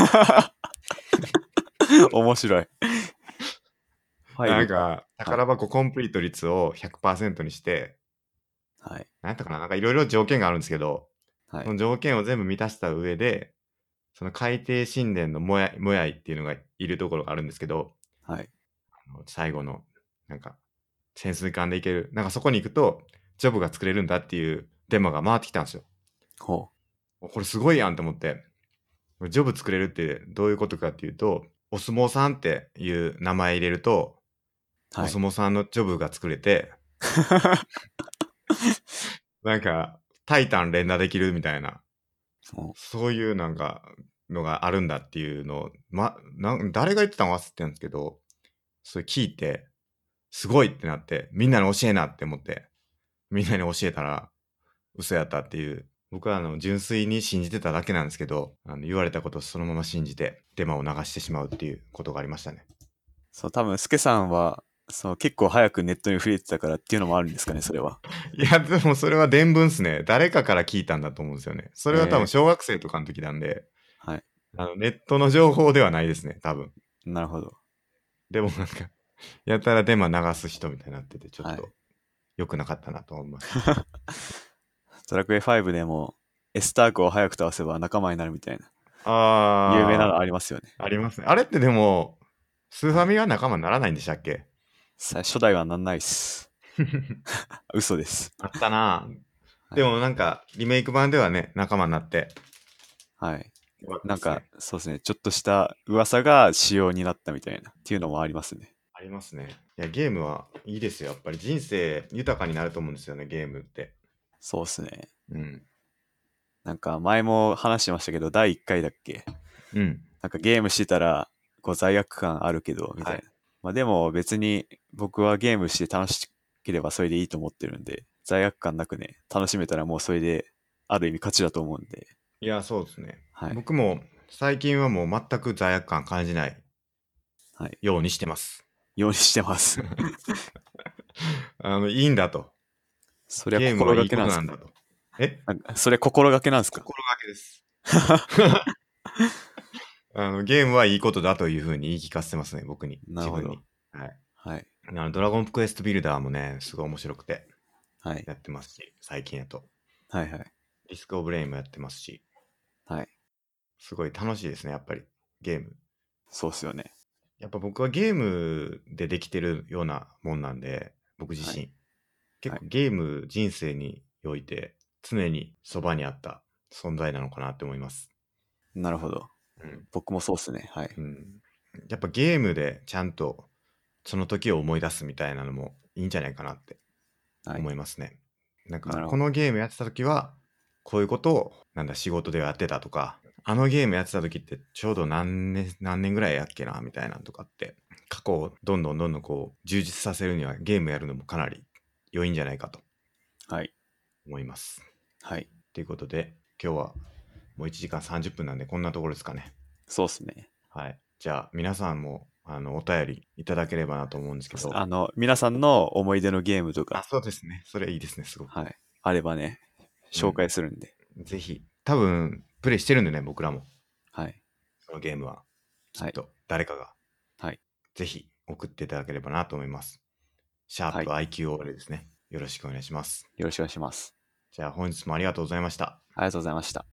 面白い。5か。 なんか、 はい。 宝箱コンプリート率を100%にして、 はい。 なんやったかな、なんかいろいろ条件があるんですけど、 はい。 その条件を全部満たした上で、その海底神殿のもやいっていうのがいるところがあるんですけど、 はい。 最後の、なんか、潜水艦で行ける。なんかそこに行くと、ジョブが作れるんだっていうデマが回ってきたんですよ。 ほこれすごいやんと思って、ジョブ作れるってどういうことかっていうと、お相撲さんっていう名前入れると、 う。はい。 お相撲さんのジョブが作れて、なんか、タイタン連打できるみたいな、 ほそういうなんか、のがあるんだっていうのを、誰が言ってたの忘れてるんですけど、それ聞いて、すごいってなって、みんなに教えなって思って、みんなに教えたら、嘘やったっていう、僕は純粋に信じてただけなんですけど、言われたことをそのまま信じて、デマを流してしまうっていうことがありましたね。 そう、多分、スケさんは、結構早くネットに触れてたからっていうのもあるんですかね、それは。 いや、でもそれは伝聞っすね。誰かから聞いたんだと思うんですよね。それは多分え小学生とかの時なんで、 はい。 ネットの情報ではないですね、多分。 なるほど。 でもなんか、やたらデマ流す人みたいになってて、ちょっはい。 と良くなかったなと思います。 ドラクエ5でも、エスタークを早く倒せば仲間になるみたいな、有名なのあありますよね。 ありますね。あれってでも、スーフはい。 ァミは仲間にならないんでしたっけ？ 初代はなんないっす。嘘です。 あったなぁ。ではい。 もなんか、リメイク版ではね、仲間になって、 はい。 よかったなんか、 ですね。 そうですね。ちょっとした噂が仕様になったみたいな、っていうのもありますね。 ありますね。いや、ゲームはいいですよ。やっぱり人生豊かになると思うんですよね、ゲームって。 そうですね。 うん。 なんか前も話してましたけど、第1回だっけ？ うん。 なんかゲームしてたら、罪悪感あるけど、みたはい。 いな。まあでも別に僕はゲームして楽しければそれでいいと思ってるんで、罪悪感なくね、楽しめたらもうそれで、ある意味勝ちだと思うんで、 いや、そうですね。 はい。 僕も最近はもう全く罪悪感感じないはい。 ようにしてます。 ようにしてます。 いいんだと。 それは心ゲームはいいがけなんですか？ ことなんだと。えなんかそれ心がけなんですか？ 心がけです。ゲームはいいことだというふうに言い聞かせてますね、僕に。 なるほど。 自分に。はい。 はい。 ドラゴンクエストビルダーもね、すごい面白くてはい。 やってますし、最近やと。 はいはい。 リスクオブレインもやってますし、 はい。 すごい楽しいですね、やっぱり。ゲーム。 そうっすよね。 やっぱ僕はゲームでできてるようなもんなんで、僕自はい。 身。結はい。 構ゲーム人生において常にそばにあった存在なのかなって思います。 なるほど。 うん。 僕もそうっすね。はい。 うん。やっぱゲームでちゃんとその時を思い出すみたいなのもいいんじゃないかなってはい。 思いますね。なんか、 なるほど。 このゲームやってた時は、こういうことを、なんだ、仕事でやってたとか、あのゲームやってた時ってちょうど何年ぐらいやっけな、みたいなのとかって、過去をどんどんどんどんこう、充実させるにはゲームやるのもかなり良いんじゃないかとはい。 思います。 はい。 ということで、今日はもう1時間30分なんでこんなところですかね。 そうっすね。 はい。じゃあ、皆さんも、お便りいただければなと思うんですそうっす。 けど、 皆さんの思い出のゲームとあ、 か、 そうですね。それいいですね、すごく。 はい。あればね、紹うん。 介するんで。 ぜひ。多分、プレイしてるんでね、僕らも。 はい。 そのゲームは。きっはい。 と、誰かが。 はい。 ぜひ、送っていただければなと思います。 シャープ IQOL ですね。よろしくお願いします。 よろしくお願いします。 じゃあ本日もありがとうございました。 ありがとうございました。